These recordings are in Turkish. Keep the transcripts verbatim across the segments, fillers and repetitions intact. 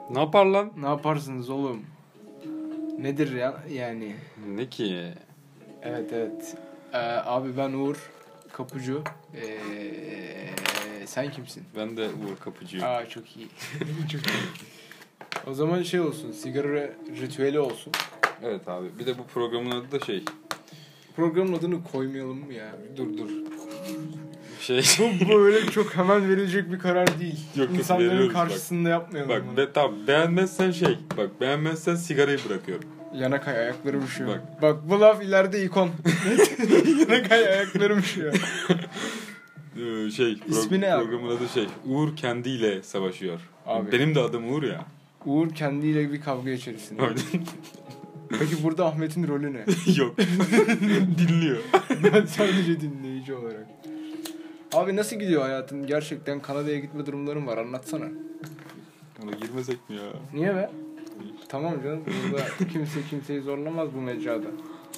Ne yapar lan? Ne yaparsınız oğlum? Nedir ya yani? Ne ki? Evet evet. Ee, abi ben Uğur Kapıcı. Ee, sen kimsin? Ben de Uğur Kapıcıyım. Aa çok iyi. Çok iyi. O zaman şey olsun, sigara ritüeli olsun. Evet abi. Bir de bu programın adı da şey. Programın adını koymayalım mı ya? Dur dur. Şey. bu, bu öyle çok hemen verilecek bir karar değil. Yok, yok, İnsanların veriyoruz karşısında bak. yapmayalım Bak bunu. be, tamam beğenmezsen şey. Bak beğenmezsen sigarayı bırakıyorum. Yanakay ayaklarım üşüyor. Bak. Bak bu laf ileride ikon. Yanakay ayaklarım üşüyor. Ee, şey. İsmi Pro- ne abi? Programın adı şey. Uğur kendiyle savaşıyor. Abi. Benim de adım Uğur ya. Uğur kendiyle bir kavga içerisinde. Aynen. Peki burada Ahmet'in rolü ne? Yok. Dinliyor. Ben sadece dinleyici olarak. Abi nasıl gidiyor hayatın? Gerçekten Kanada'ya gitme durumların var. Anlatsana. Ona girmesek mi ya? Niye be? Tamam canım. Burada kimse kimseyi zorlamaz bu mecrada.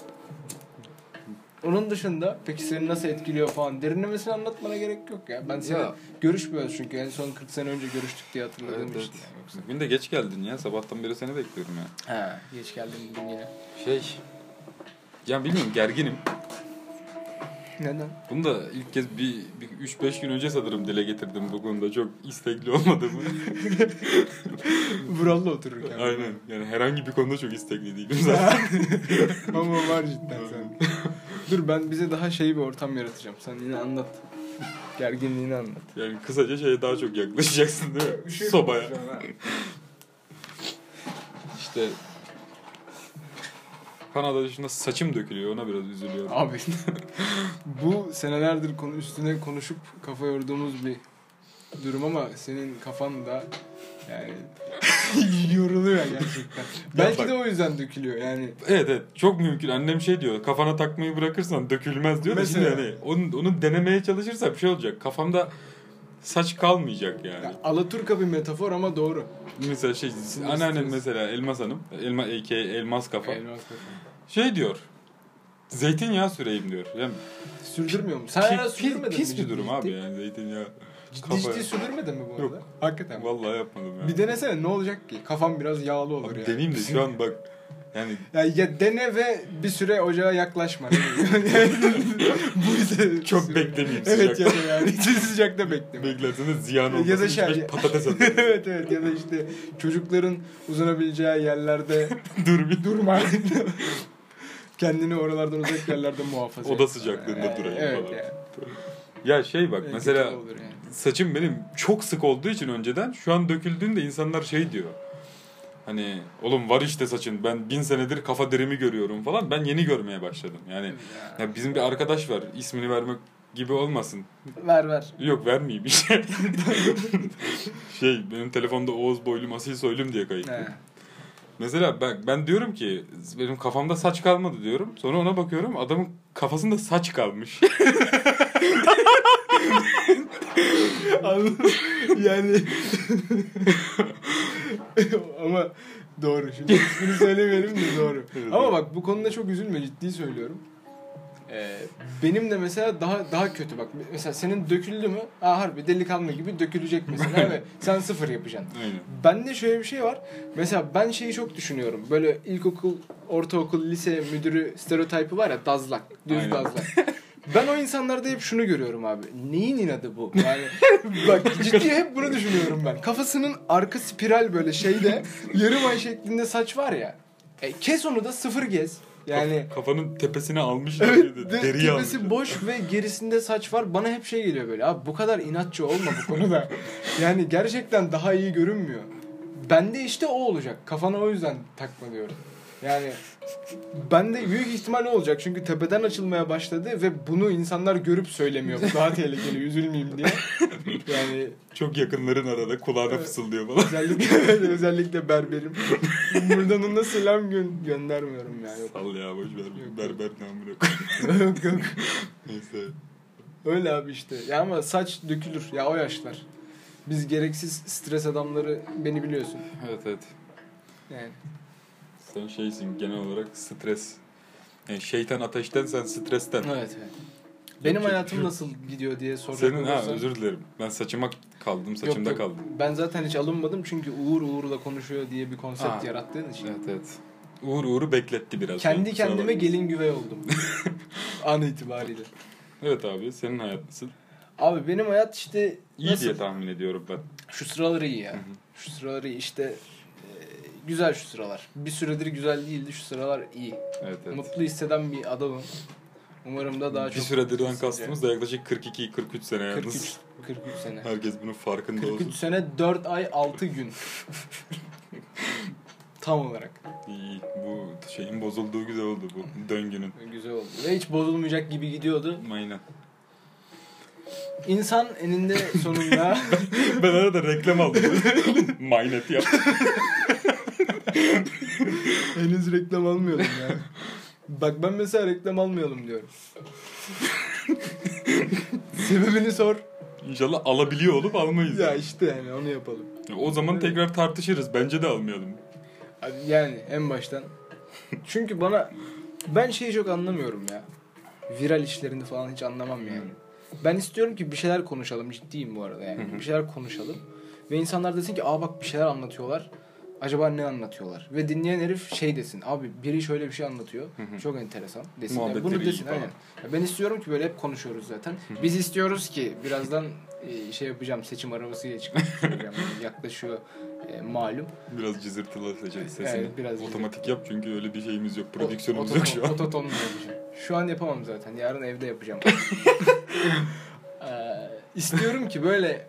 Onun dışında peki seni nasıl etkiliyor falan derinlemesine anlatmana gerek yok ya. Ben seni Ya. görüşmüyoruz çünkü en son kırk sene önce görüştük diye hatırladığım Evet, için. evet. Yani. Yoksa... Bugün de geç geldin ya. Sabahtan beri seni bekliyorum ya. Ha, geç geldin bugün yine. Şey. Ya bilmiyorum gerginim. Neden? Bunu da ilk kez bir, bir üç beş gün önce sanırım dile getirdim bu konuda. Çok istekli olmadığımı. Vural'la otururken. Aynen. Yani herhangi bir konuda çok istekli değilim zaten. Ama var cidden sen. Dur ben bize daha şey bir ortam yaratacağım. Sen yine anlat. Gerginliğini anlat. Yani kısaca şeye daha çok yaklaşacaksın değil mi? Şey Sobaya. İşte Kanada dışında saçım dökülüyor. Ona biraz üzülüyorum. Abi bu senelerdir konu üstüne konuşup kafa yorduğumuz bir durum ama senin kafan da yani yoruluyor gerçekten. Belki bak, de o yüzden dökülüyor yani. Evet evet çok mümkün. Annem şey diyor. Kafana takmayı bırakırsan dökülmez diyor da şimdi Mesela. yani onu, onu denemeye çalışırsam bir şey olacak. Kafamda saç kalmayacak yani. Ya, Alaturka bir metafor ama doğru. Mesela şey anneannem mesela Elmas Hanım. Elma A K Elmas Kafa. Elmas kafa. Şey diyor. Zeytinyağı süreyim diyor. Yani Sürdürmüyor mu? Sen pi- hala pi- sürdürmedin pis mi? bir ciddi durum ciddi? abi yani zeytinyağı. Ciddi Kafaya. ciddi sürdürmedin mi bu arada? Yok. Hakikaten. Vallahi yapmadım ya. Bir denesene ne olacak ki? Kafam biraz yağlı olur Abi ya. deneyeyim de şu an bak yani Ya, ya dene ve bir süre ocağa yaklaşma. Bu ise çok beklemeyeyim evet sıcakta. ya da yani hiç sıcakta bekleme. Beklerseniz ziyan olmasın. Ya da şey- üç beş patates atın. evet evet ya da işte çocukların uzanabileceği yerlerde Dur bir durma. Kendini oralardan uzak yerlerde muhafaza oda et. sıcaklığında Yani, durayım evet, falan. yani. Ya şey bak Evet, mesela kötü olur yani. saçım benim çok sık olduğu için önceden şu an döküldüğünde insanlar şey diyor. Hani oğlum var işte saçın ben bin senedir kafa derimi görüyorum falan ben yeni görmeye başladım. Yani Ya. ya bizim bir arkadaş var ismini vermek gibi olmasın. Ver ver. Yok vermeyeyim bir şey. Şey benim telefonda Oğuz Boylum Asil Soylum diye kayıtlı. He. Mesela ben, ben diyorum ki benim kafamda saç kalmadı diyorum. Sonra ona bakıyorum adamın kafasında saç kalmış. Yani ama doğru. Şimdi ismini söylemeyelim de doğru. Evet. Ama bak bu konuda çok üzülme ciddi söylüyorum. Ee, benim de mesela daha daha kötü bak. Mesela senin döküldü mü? Aa harbi delikanlı gibi dökülecek mesela ve sen sıfır yapacaksın. Aynen. Bende şöyle bir şey var. Mesela ben şeyi çok düşünüyorum. Böyle ilkokul, ortaokul, lise müdürü stereotipi var ya dazlak, düz Aynen. dazlak. Ben o insanlarda hep şunu görüyorum abi. Neyin inadı bu? Yani bak ciddi hep bunu düşünüyorum ben. Kafasının arka spiral böyle şeyde yarım ay şeklinde saç var ya. E, kes onu da sıfır gez. Yani kafanın tepesine almış. evet, de, de, deriyi almış. tepesi boş ve gerisinde saç var. Bana hep şey geliyor böyle. Abi bu kadar inatçı olma bu konuda. Yani gerçekten daha iyi görünmüyor. Bende işte o olacak. Kafana o yüzden takma diyorum. Yani bende büyük ihtimal o olacak. Çünkü tepeden açılmaya başladı ve bunu insanlar görüp söylemiyor. Bu daha tehlikeli, üzülmeyeyim diye. Yani Çok yakınların arada kulağına Evet. fısıldıyor falan. özellikle özellikle berberim. Buradan ona selam gö- göndermiyorum ya. Yok. Al ya boş ver. Yok. Berber namına. yok yok. Neyse. Öyle abi işte. Ya ama saç dökülür ya o yaşlar. Biz gereksiz stres adamları beni biliyorsun. Evet evet. Yani. Sen şeysin genel olarak stres. Yani şeytan ateşten sen stresten. Evet evet. Benim Yok, hayatım yok. nasıl gidiyor diye soracak Senin ha olursan. özür dilerim. Ben saçıma Kaldım saçımda Yok, yok. kaldım. Ben zaten hiç alınmadım çünkü Uğur Uğur'la konuşuyor diye bir konsept Ha. yarattığın için. Evet evet. Uğur Uğur'u bekletti biraz. Kendi Kusura kendime bakma. gelin güvey oldum. An itibariyle. Evet abi senin hayat nasıl? Abi benim hayat işte İyi nasıl? diye tahmin ediyorum ben. Şu sıralar iyi ya. Hı hı. Şu sıralar iyi işte e, güzel şu sıralar. Bir süredir güzel değildi, şu sıralar iyi. Evet evet. Mutlu hisseden bir adamım. Umarım da daha bir çok... süredirden kastımız da yaklaşık kırk iki kırk üç sene kırk üç, yalnız. kırk üç sene. Herkes bunun farkında kırk üç olsun. sene dört ay altı gün. Tam olarak. İyi. Bu şeyin bozulduğu güzel oldu bu döngünün. Güzel oldu. Ve hiç bozulmayacak gibi gidiyordu. Aynen. İnsan eninde sonunda... Ben arada reklam aldım. Maynet yap. Henüz reklam almıyordum ya. Bak ben mesela reklam almayalım diyorum. Sebebini sor. İnşallah alabiliyor olup almayız. Ya işte yani onu yapalım. O zaman tekrar tartışırız. Bence de almayalım. Yani en baştan. Çünkü bana... Ben şeyi çok anlamıyorum ya. Viral işlerini falan hiç anlamam yani. Ben istiyorum ki bir şeyler konuşalım. Ciddiyim bu arada yani. Bir şeyler konuşalım. Ve insanlar desin ki aa bak bir şeyler anlatıyorlar. Acaba ne anlatıyorlar? Ve dinleyen herif şey desin. Abi biri şöyle bir şey anlatıyor. Çok enteresan desin. Yani bunu desin aynen. Ya ben istiyorum ki böyle hep konuşuyoruz zaten. Biz istiyoruz ki birazdan e, şey yapacağım. Seçim arabasıyla çıkıp söyleyeceğim. Yaklaşıyor e, malum. Biraz cızırtılı sesini. Evet, biraz otomatik yap çünkü öyle bir şeyimiz yok. O- Prodüksiyonumuz ototon- yok şu an. Ototonla yapacağım. Şu an yapamam zaten. Yarın evde yapacağım. ee, istiyorum ki böyle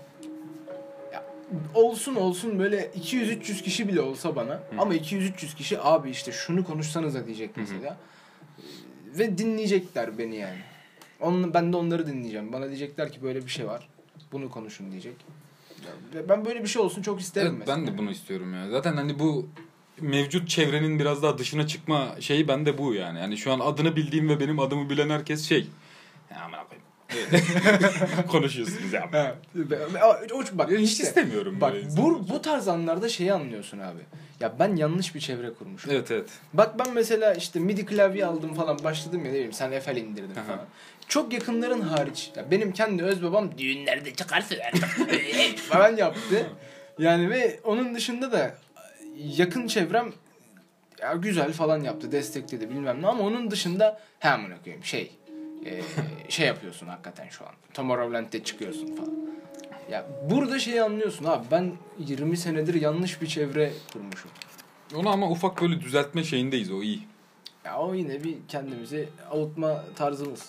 ya, olsun olsun böyle iki yüz üç yüz kişi bile olsa bana. Hı. Ama iki yüz üç yüz kişi abi işte şunu konuşsanıza diyecek mesela. Hı. Ve dinleyecekler beni yani. Onu, ben de onları dinleyeceğim. Bana diyecekler ki böyle bir şey var. Bunu konuşun diyecek. Ben böyle bir şey olsun çok isterim Evet, mesela. ben de bunu istiyorum ya. Zaten hani bu mevcut çevrenin biraz daha dışına çıkma şeyi bende bu yani. Yani şu an adını bildiğim ve benim adımı bilen herkes şey. Ya aman koyayım. Konuşuyorsunuz ya. Ha, o, bak Hiç işte, istemiyorum. Bak böyle bu, insanlar. bu tarz anlarda şeyi anlıyorsun abi. Ya ben yanlış bir çevre kurmuşum. Evet evet. Bak ben mesela işte midi klavye aldım falan başladım ya ne bileyim sen F L indirdin Aha. falan. Çok yakınların hariç. Ya benim kendi öz babam düğünlerde çıkarsın falan yaptı. Yani ve onun dışında da yakın çevrem ya güzel falan yaptı, destekledi bilmem ne ama onun dışında he amına koyayım şey e, şey yapıyorsun hakikaten şu an. Tomorrowland'de çıkıyorsun falan. Ya burada şeyi anlıyorsun abi ben yirmi senedir yanlış bir çevre kurmuşum. Onu ama ufak böyle düzeltme şeyindeyiz, o iyi. Ya o yine bir kendimizi avutma tarzımız.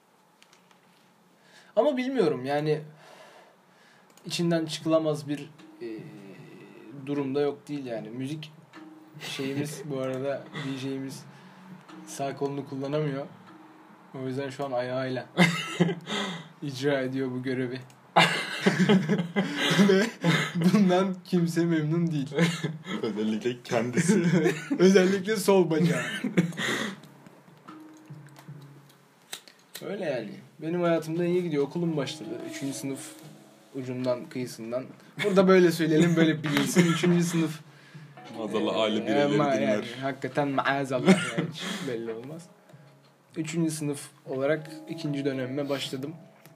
Ama bilmiyorum yani içinden çıkılamaz bir e, durumda yok değil yani. Müzik şeyimiz bu arada D J'imiz sağ kolunu kullanamıyor. O yüzden şu an ayağıyla icra ediyor bu görevi. Ve bundan kimse memnun değil. Özellikle kendisi. Özellikle sol bacağı. Öyle yani. Benim hayatımda iyi gidiyor. Okulum başladı. Üçüncü sınıf ucundan kıyısından. Burada böyle söyleyelim böyle bilinsin. Üçüncü sınıf. Maazallah Ee, aile bireyleri ama dinler. yani, hakikaten maazallah yani hiç belli olmaz. Üçüncü sınıf olarak ikinci dönemime başladım.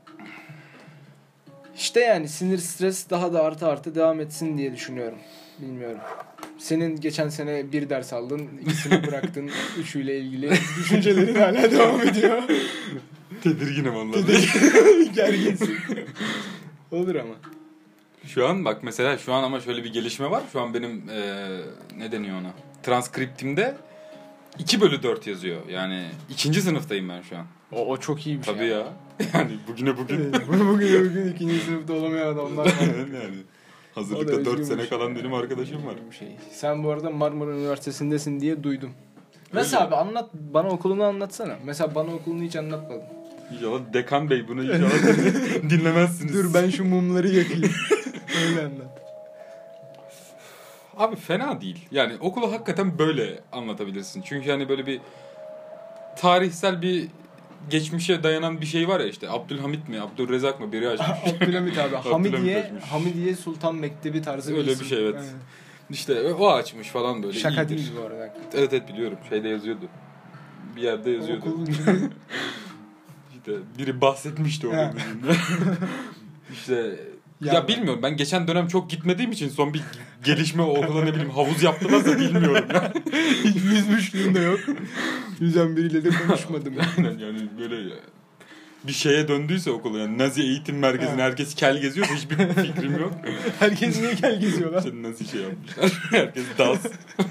İşte yani sinir stres daha da artı artı devam etsin diye düşünüyorum. Bilmiyorum. Senin geçen sene bir ders aldın, ikisini bıraktın, üçüyle ilgili düşüncelerin hala devam ediyor. Tedirginim onlarla. Gerginsin. Olur ama. Şu an bak mesela şu an ama şöyle bir gelişme var. Şu an benim ee, ne deniyor ona? Transkriptimde iki bölü dört yazıyor. Yani ikinci sınıftayım ben şu an. O, o çok iyi bir şey. Tabii ya. Yani bugüne bugün. Evet, bugün bugün ikinci sınıfta olamayan adamlar var. Yani. O Hazırlıkta da dört üzgün sene bir şey. kalan benim arkadaşım var. Bir şey. Sen bu arada Marmara Üniversitesi'ndesin diye duydum. Nasıl Öyle. abi anlat bana okulunu anlatsana. Mesela bana okulunu hiç anlatmadın. İnşallah Dekan Bey bunu inşallah dinlemezsiniz. Dur ben şu mumları yakayım. Öyle anlat. Abi fena değil. Yani okulu hakikaten böyle anlatabilirsin. Çünkü hani böyle bir tarihsel bir geçmişe dayanan bir şey var ya işte. Abdülhamit mi, Abdülrezzak mı biri açmış. Abdülhamit abi. Hamidiye, açmış. Hamidiye Sultan Mektebi tarzı Öyle bir isim. şey, evet. Aynen. İşte o açmış falan böyle. Şaka iyidir. değil bu arada. Evet evet biliyorum. Şeyde yazıyordu. Bir yerde yazıyordu. Okulun içinde. İşte biri bahsetmişti o Ha. bölümünde. İşte Ya, Ya bilmiyorum, ben geçen dönem çok gitmediğim için son bir gelişme okulda ne bileyim havuz yaptılarsa bilmiyorum. Yüzmüşlüğüm de yok. Yüzen biriyle de konuşmadım. Aynen, yani böyle bir şeye döndüyse okul, yani Nazi eğitim merkezine Ha. herkes kel geziyor, hiçbir fikrim yok. Herkes niye kel geziyor lan? İşte Nazi şey yapmışlar. Herkes dans.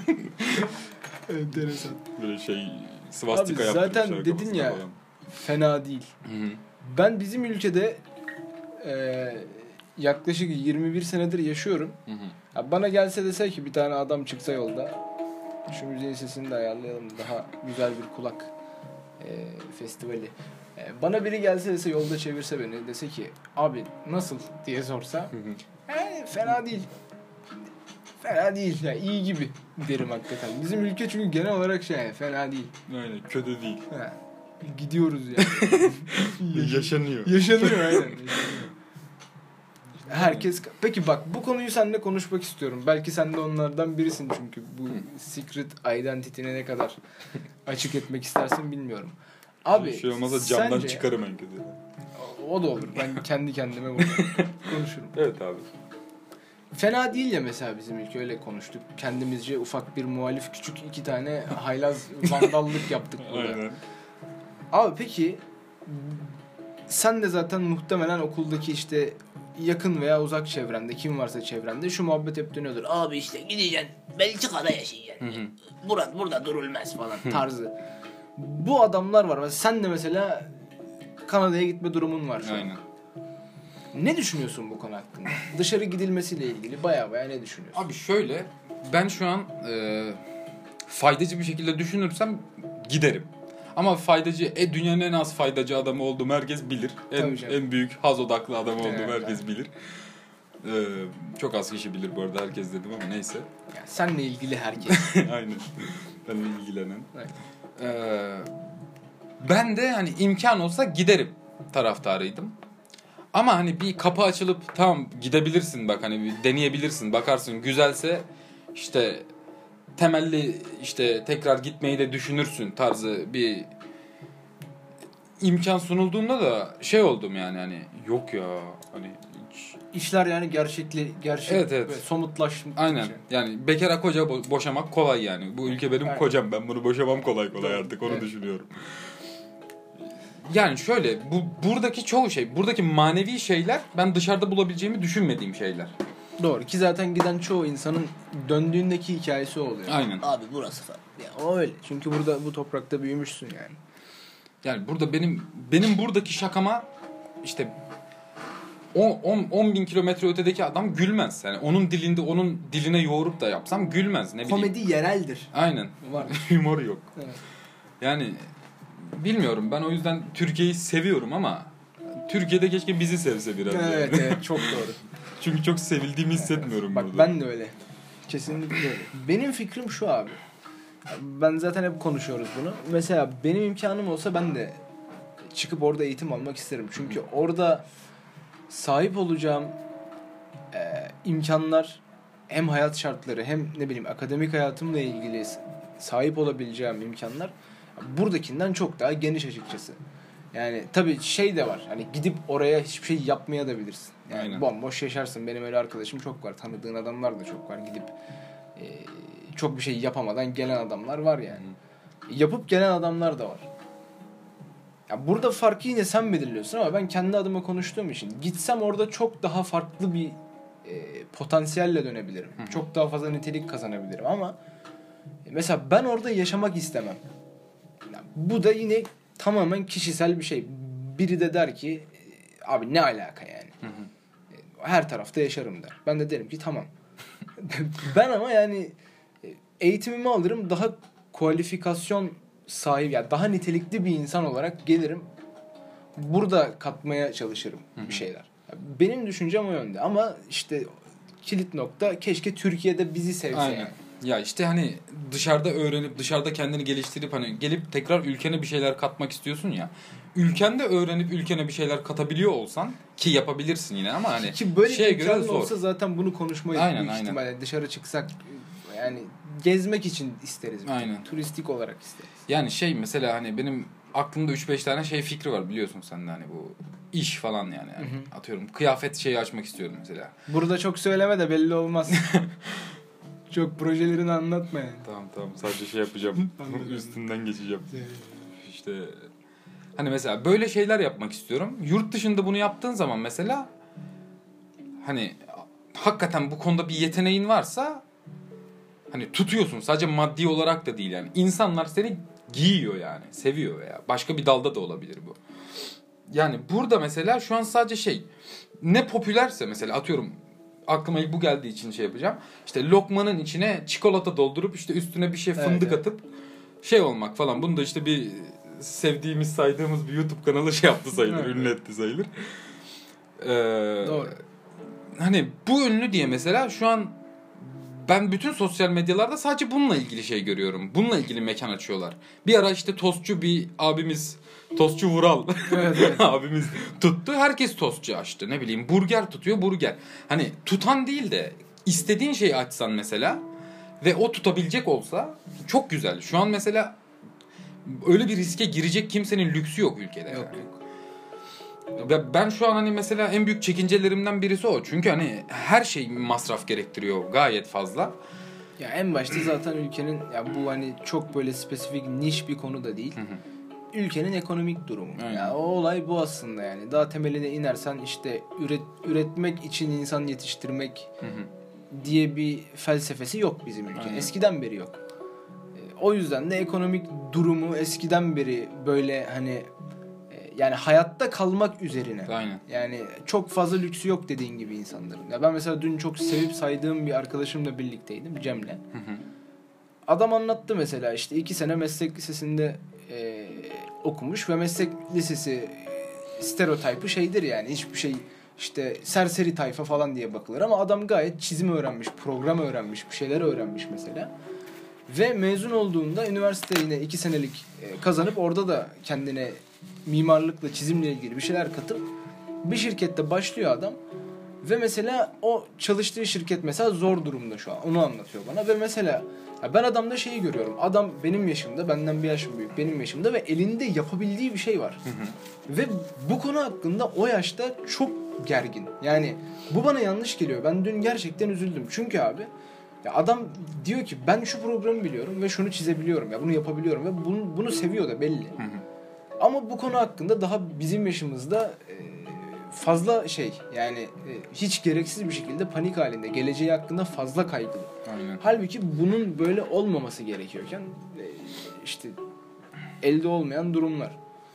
Enteresan. Böyle şey svastika Abi zaten yaptırmışlar dedin kafasına ya, falan. fena değil. Hı hı. Ben bizim ülkede e, yaklaşık yirmi bir senedir yaşıyorum. Hı hı. Ya bana gelse dese ki bir tane adam çıksa yolda, şu müziğin sesini de ayarlayalım, daha güzel bir kulak e, festivali. E, bana biri gelse dese, yolda çevirse beni, dese ki abi nasıl diye sorsa, Hı hı. e, fena değil. Fena değil ya, iyi gibi derim hakikaten. Bizim ülke çünkü genel olarak şey, fena değil. Aynen, kötü değil. Ha, gidiyoruz yani. Yaşanıyor. Yaşanıyor aynen. Herkes... Peki bak, bu konuyu seninle konuşmak istiyorum. Belki sen de onlardan birisin çünkü bu secret identity'ne ne kadar açık etmek istersin bilmiyorum. Abi Bir şey olmazsa camdan sence... çıkarım en kötü. O da olur. Ben kendi kendime bunu konuşurum. Evet abi. Fena değil ya mesela bizim ülke, öyle konuştuk. Kendimizce ufak bir muhalif küçük iki tane haylaz vandallık yaptık burada. Aynen. Abi peki sen de zaten muhtemelen okuldaki işte yakın veya uzak çevrende, kim varsa çevrende şu muhabbet hep dönüyordur. Abi işte gideceksin Belçika'da yaşayacaksın. Hı hı. Burada, burada durulmaz falan tarzı. Bu adamlar var. Sen de mesela Kanada'ya gitme durumun var şu an. Aynen. Ne düşünüyorsun bu konu hakkında? Dışarı gidilmesiyle ilgili baya baya ne düşünüyorsun? Abi şöyle, ben şu an e, faydacı bir şekilde düşünürsem giderim. Ama faydacı, e, dünyanın en az faydacı adamı olduğumu herkes bilir. En, en büyük haz odaklı adam olduğumu Evet, herkes evet. bilir. E, çok az kişi bilir bu arada, herkes dedim ama neyse. Yani seninle ilgili herkes. Aynen. Benimle ilgilenen. Evet. E, ben de hani imkan olsa giderim taraftarıydım. Ama hani bir kapı açılıp tamam gidebilirsin, bak hani bir deneyebilirsin, bakarsın güzelse işte temelli işte tekrar gitmeyi de düşünürsün tarzı bir imkan sunulduğunda da şey oldum yani, hani yok ya hani hiç. İşler yani gerçekli, gerçek Evet, evet. ve somutlaşmış. Aynen, yani bekara koca bo- boşamak kolay yani, bu ülke benim Aynen. kocam, ben bunu boşamam kolay kolay Doğru. artık, onu Evet. düşünüyorum. Yani şöyle, bu buradaki çoğu şey, buradaki manevi şeyler ben dışarıda bulabileceğimi düşünmediğim şeyler. Doğru ki zaten giden çoğu insanın döndüğündeki hikayesi o oluyor. Aynen. Abi burası falan. Ya o öyle. Çünkü burada bu toprakta büyümüşsün yani. Yani burada benim benim buradaki şakama işte on bin kilometre ötedeki adam gülmez. Yani onun dilinde, onun diline yoğurup da yapsam gülmez, ne bileyim. Komedi yereldir. Aynen. Var. Humor yok. Evet. Yani bilmiyorum, ben o yüzden Türkiye'yi seviyorum ama Türkiye'de keşke bizi sevse biraz. Evet yani. evet, çok doğru. Çünkü çok sevildiğimi hissetmiyorum Bak burada. ben de öyle. Kesinlikle öyle. Benim fikrim şu abi. Ben zaten hep konuşuyoruz bunu. Mesela benim imkanım olsa ben de çıkıp orada eğitim almak isterim. Çünkü orada sahip olacağım e, imkanlar, hem hayat şartları hem ne bileyim akademik hayatımla ilgili sahip olabileceğim imkanlar buradakinden çok daha geniş açıkçası. Yani tabii şey de var. Hani gidip oraya hiçbir şey yapmaya da bilirsin. Yani Aynen. bomboş yaşarsın. Benim öyle arkadaşım çok var. Tanıdığın adamlar da çok var. Gidip e, çok bir şey yapamadan gelen adamlar var yani. Hı. Yapıp gelen adamlar da var. Ya burada farkı yine sen belirliyorsun ama ben kendi adıma konuştuğum için gitsem orada çok daha farklı bir e, potansiyelle dönebilirim. Hı hı. Çok daha fazla nitelik kazanabilirim ama mesela ben orada yaşamak istemem. Ya bu da yine tamamen kişisel bir şey. Biri de der ki abi ne alaka yani. Hı hı. Her tarafta yaşarım der. Ben de derim ki tamam. Ben ama yani eğitimimi alırım, daha kualifikasyon sahibi, yani daha nitelikli bir insan olarak gelirim. Burada katmaya çalışırım Hı hı. bir şeyler. Benim düşüncem o yönde ama işte kilit nokta, keşke Türkiye'de bizi sevse. Aynen. Yani. Ya işte hani dışarıda öğrenip dışarıda kendini geliştirip hani gelip tekrar ülkene bir şeyler katmak istiyorsun ya. Ülkende öğrenip ülkene bir şeyler katabiliyor olsan, ki yapabilirsin yine ama hani Ki böyle şeye bir göre imkanın zor. olsa zaten bunu konuşmayız Aynen, büyük aynen. ihtimalle. Dışarı çıksak yani gezmek için isteriz. Aynen. Turistik olarak isteriz. Yani şey mesela hani benim aklımda üç beş tane şey fikri var, biliyorsun sen de hani bu iş falan yani. yani. Hı hı. Atıyorum kıyafet şeyi açmak istiyorum mesela. Burada çok söyleme de belli olmaz. Çok projelerini anlatma yani. Tamam tamam sadece şey yapacağım. Üstünden geçeceğim. İşte hani mesela böyle şeyler yapmak istiyorum. Yurt dışında bunu yaptığın zaman mesela hani hakikaten bu konuda bir yeteneğin varsa hani tutuyorsun. Sadece maddi olarak da değil yani. İnsanlar seni giyiyor yani. Seviyor veya başka bir dalda da olabilir bu. Yani burada mesela şu an sadece şey ne popülerse mesela atıyorum aklıma ilk bu geldiği için şey yapacağım. İşte lokmanın içine çikolata doldurup işte üstüne bir şey fındık evet, atıp şey olmak falan. Bunu da işte bir sevdiğimiz saydığımız bir YouTube kanalı şey yaptı sayılır. Ünlü etti sayılır. Ee, Doğru. Hani bu ünlü diye mesela şu an ben bütün sosyal medyalarda sadece bununla ilgili şey görüyorum. Bununla ilgili mekan açıyorlar. Bir ara işte tostçu bir abimiz, tostçu Vural Evet, evet. abimiz tuttu. Herkes tostçu açtı. Ne bileyim burger tutuyor burger. Hani tutan değil de istediğin şeyi açsan mesela ve o tutabilecek olsa çok güzel. Şu an mesela öyle bir riske girecek kimsenin lüksü yok ülkede. Yok yani. yok. Ve ben şu an hani mesela en büyük çekincelerimden birisi o. Çünkü hani her şey masraf gerektiriyor gayet fazla. Ya en başta zaten ülkenin ya bu hani çok böyle spesifik niş bir konu da değil. Hı hı. Ülkenin ekonomik durumu. Aynen. Ya o olay bu aslında yani. Daha temeline inersen işte üret, üretmek için insan yetiştirmek Hı hı. diye bir felsefesi yok bizim ülkenin. Aynen. Eskiden beri yok. E, O yüzden de ekonomik durumu eskiden beri böyle hani e, yani hayatta kalmak üzerine. Aynen. Yani çok fazla lüksü yok dediğin gibi insanların. Ya ben mesela dün çok sevip saydığım bir arkadaşımla birlikteydim, Cem'le. Hı hı. Adam anlattı mesela işte iki sene meslek lisesinde e, okumuş ve meslek lisesi stereotipı şeydir yani hiçbir şey işte serseri tayfa falan diye bakılır ama adam gayet çizim öğrenmiş, program öğrenmiş, bir şeyler öğrenmiş mesela. Ve mezun olduğunda üniversite yine iki senelik e, kazanıp orada da kendine mimarlıkla, çizimle ilgili bir şeyler katıp bir şirkette başlıyor adam. Ve mesela o çalıştığı şirket mesela zor durumda şu an. Onu anlatıyor bana. Ve mesela ya ben adamda şeyi görüyorum. Adam benim yaşımda, benden bir yaş büyük, benim yaşımda ve elinde yapabildiği bir şey var. Hı hı. Ve bu konu hakkında o yaşta çok gergin. Yani bu bana yanlış geliyor. Ben dün gerçekten üzüldüm. Çünkü abi ya adam diyor ki ben şu programı biliyorum ve şunu çizebiliyorum. Ya bunu yapabiliyorum ve bunu, bunu seviyor da belli. Hı hı. Ama bu konu hakkında daha bizim yaşımızda e, fazla şey yani e, hiç gereksiz bir şekilde panik halinde. Geleceği hakkında fazla kaygılı. Aynen. Halbuki bunun böyle olmaması gerekiyorken e, işte elde olmayan durumlar.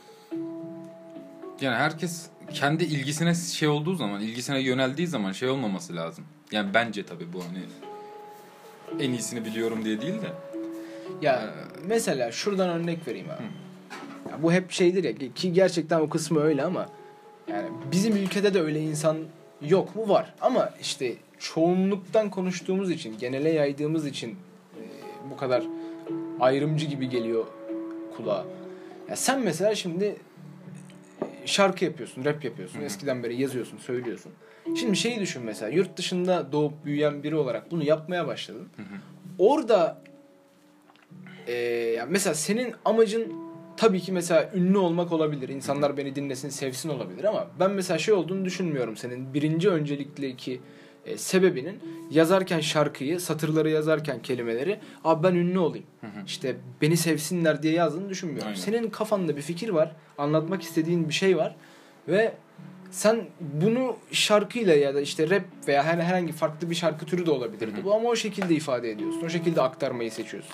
Yani herkes kendi ilgisine şey olduğu zaman, ilgisine yöneldiği zaman şey olmaması lazım. Yani bence tabii bu hani en iyisini biliyorum diye değil de. Ya Ee, mesela şuradan örnek vereyim abi. Ya bu hep şeydir ya ki gerçekten o kısmı öyle ama yani bizim ülkede de öyle insan yok mu? Var. Ama işte çoğunluktan konuştuğumuz için, genele yaydığımız için e, bu kadar ayrımcı gibi geliyor kulağa. Ya sen mesela şimdi şarkı yapıyorsun, rap yapıyorsun. Hı hı. Eskiden beri yazıyorsun, söylüyorsun. Şimdi şeyi düşün mesela yurt dışında doğup büyüyen biri olarak bunu yapmaya başladın. Hı hı. Orada e, yani mesela senin amacın tabii ki mesela ünlü olmak olabilir. İnsanlar beni dinlesin, sevsin olabilir ama ben mesela şey olduğunu düşünmüyorum senin birinci öncelikli e, sebebinin yazarken şarkıyı, satırları yazarken kelimeleri abi ben ünlü olayım. Hı hı. İşte beni sevsinler diye yazdığını düşünmüyorum. Aynen. Senin kafanda bir fikir var, anlatmak istediğin bir şey var ve sen bunu şarkıyla ya da işte rap veya herhangi farklı bir şarkı türü de olabilirdi. Hı hı. Bu ama o şekilde ifade ediyorsun. O şekilde aktarmayı seçiyorsun.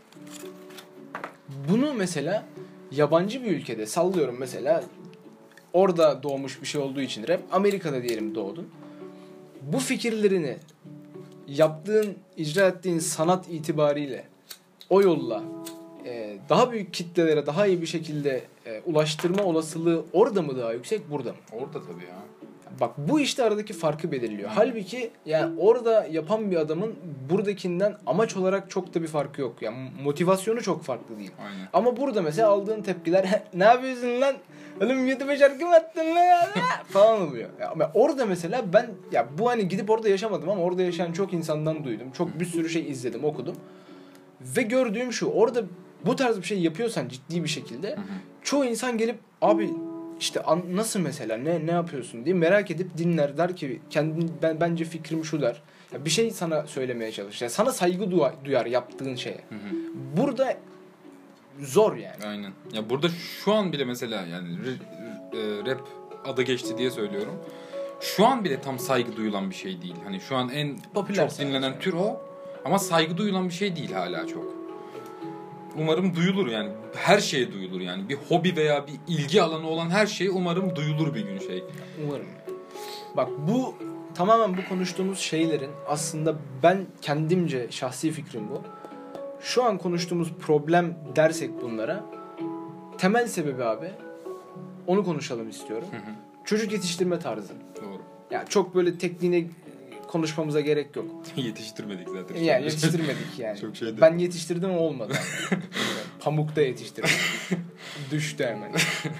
Bunu mesela yabancı bir ülkede sallıyorum mesela orada doğmuş bir şey olduğu için rap Amerika'da diyelim doğdun. Bu fikirlerini yaptığın, icra ettiğin sanat itibariyle o yolla e, daha büyük kitlelere daha iyi bir şekilde e, ulaştırma olasılığı orada mı daha yüksek, burada mı? Orada tabii ya. Bak bu işte aradaki farkı belirliyor. Hı. Halbuki yani orada yapan bir adamın buradakinden amaç olarak çok da bir farkı yok. Yani motivasyonu çok farklı değil. Aynen. Ama burada mesela aldığın tepkiler ne yapıyorsun lan? Oğlum YouTube'a şarkı mı attın lan ya? falan oluyor. Ya ama orada mesela ben ya bu hani gidip orada yaşamadım ama orada yaşayan çok insandan duydum. Çok bir sürü şey izledim, okudum. Ve gördüğüm şu orada bu tarz bir şey yapıyorsan ciddi bir şekilde Hı hı. çoğu insan gelip abi işte an, nasıl mesela ne ne yapıyorsun diye merak edip dinler, der ki kendin ben bence fikrim şu der. Ya bir şey sana söylemeye çalışır. Yani sana saygı duyar, duyar yaptığın şeye. Hı hı. Burada zor yani. Aynen. Ya burada şu an bile mesela yani rap adı geçti diye söylüyorum. Şu an bile tam saygı duyulan bir şey değil. Hani şu an en Popüler çok dinlenen sadece. tür o. Ama saygı duyulan bir şey değil hala çok. Umarım duyulur yani. Her şeye duyulur yani. Bir hobi veya bir ilgi alanı olan her şey umarım duyulur bir gün şey. Umarım. Bak bu tamamen bu konuştuğumuz şeylerin aslında ben kendimce şahsi fikrim bu. Şu an konuştuğumuz problem dersek bunlara temel sebebi abi onu konuşalım istiyorum. Hı hı. Çocuk yetiştirme tarzı. Doğru. Ya çok böyle tekniğine konuşmamıza gerek yok. Yetiştirmedik zaten. Yani yetiştirmedik yani. Çok şeydi. Ben yetiştirdim ama olmadı. Pamukta yetiştirdim. Düştü hemen.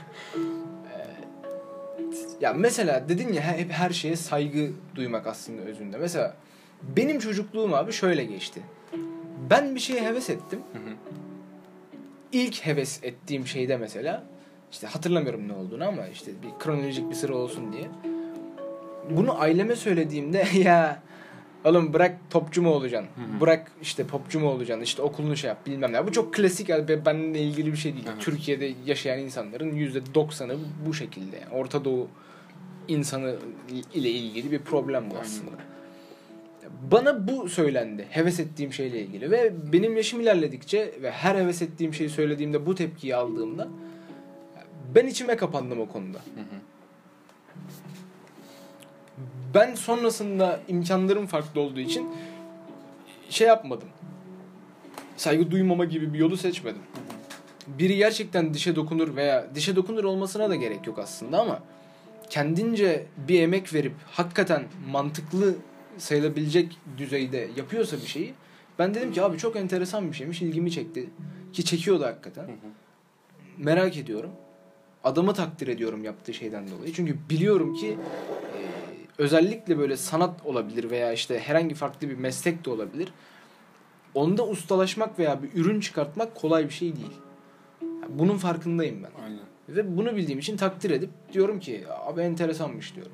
Ya mesela dedin ya hep her şeye saygı duymak aslında özünde. Mesela benim çocukluğum abi şöyle geçti. Ben bir şeye heves ettim. Hı hı. İlk heves ettiğim şeyde mesela işte hatırlamıyorum ne olduğunu ama işte bir kronolojik bir sıra olsun diye. Bunu aileme söylediğimde ya oğlum bırak topçu mu olacaksın? Hı hı. Bırak işte popçu mu olacaksın? İşte okulunu şey yap bilmem ne. Bu çok klasik yani benimle ilgili bir şey değil. Evet. Türkiye'de yaşayan insanların yüzde doksanı bu şekilde. Yani Orta Doğu insanı ile ilgili bir problem bu Aynen. aslında. Bana bu söylendi. Heves ettiğim şeyle ilgili. Ve benim yaşım ilerledikçe ve her heves ettiğim şeyi söylediğimde bu tepkiyi aldığımda ben içime kapandım o konuda. Hı hı. Ben sonrasında imkanlarım farklı olduğu için şey yapmadım. Saygı duymama gibi bir yolu seçmedim. Biri gerçekten dişe dokunur veya dişe dokunur olmasına da gerek yok aslında ama kendince bir emek verip hakikaten mantıklı sayılabilecek düzeyde yapıyorsa bir şeyi ben dedim ki abi çok enteresan bir şeymiş, ilgimi çekti ki çekiyordu hakikaten. Hı hı. Merak ediyorum. Adamı takdir ediyorum yaptığı şeyden dolayı. Çünkü biliyorum ki e, özellikle böyle sanat olabilir veya işte herhangi farklı bir meslek de olabilir. Onda ustalaşmak veya bir ürün çıkartmak kolay bir şey değil. Yani bunun farkındayım ben. Aynen. Ve bunu bildiğim için takdir edip diyorum ki abi enteresanmış diyorum.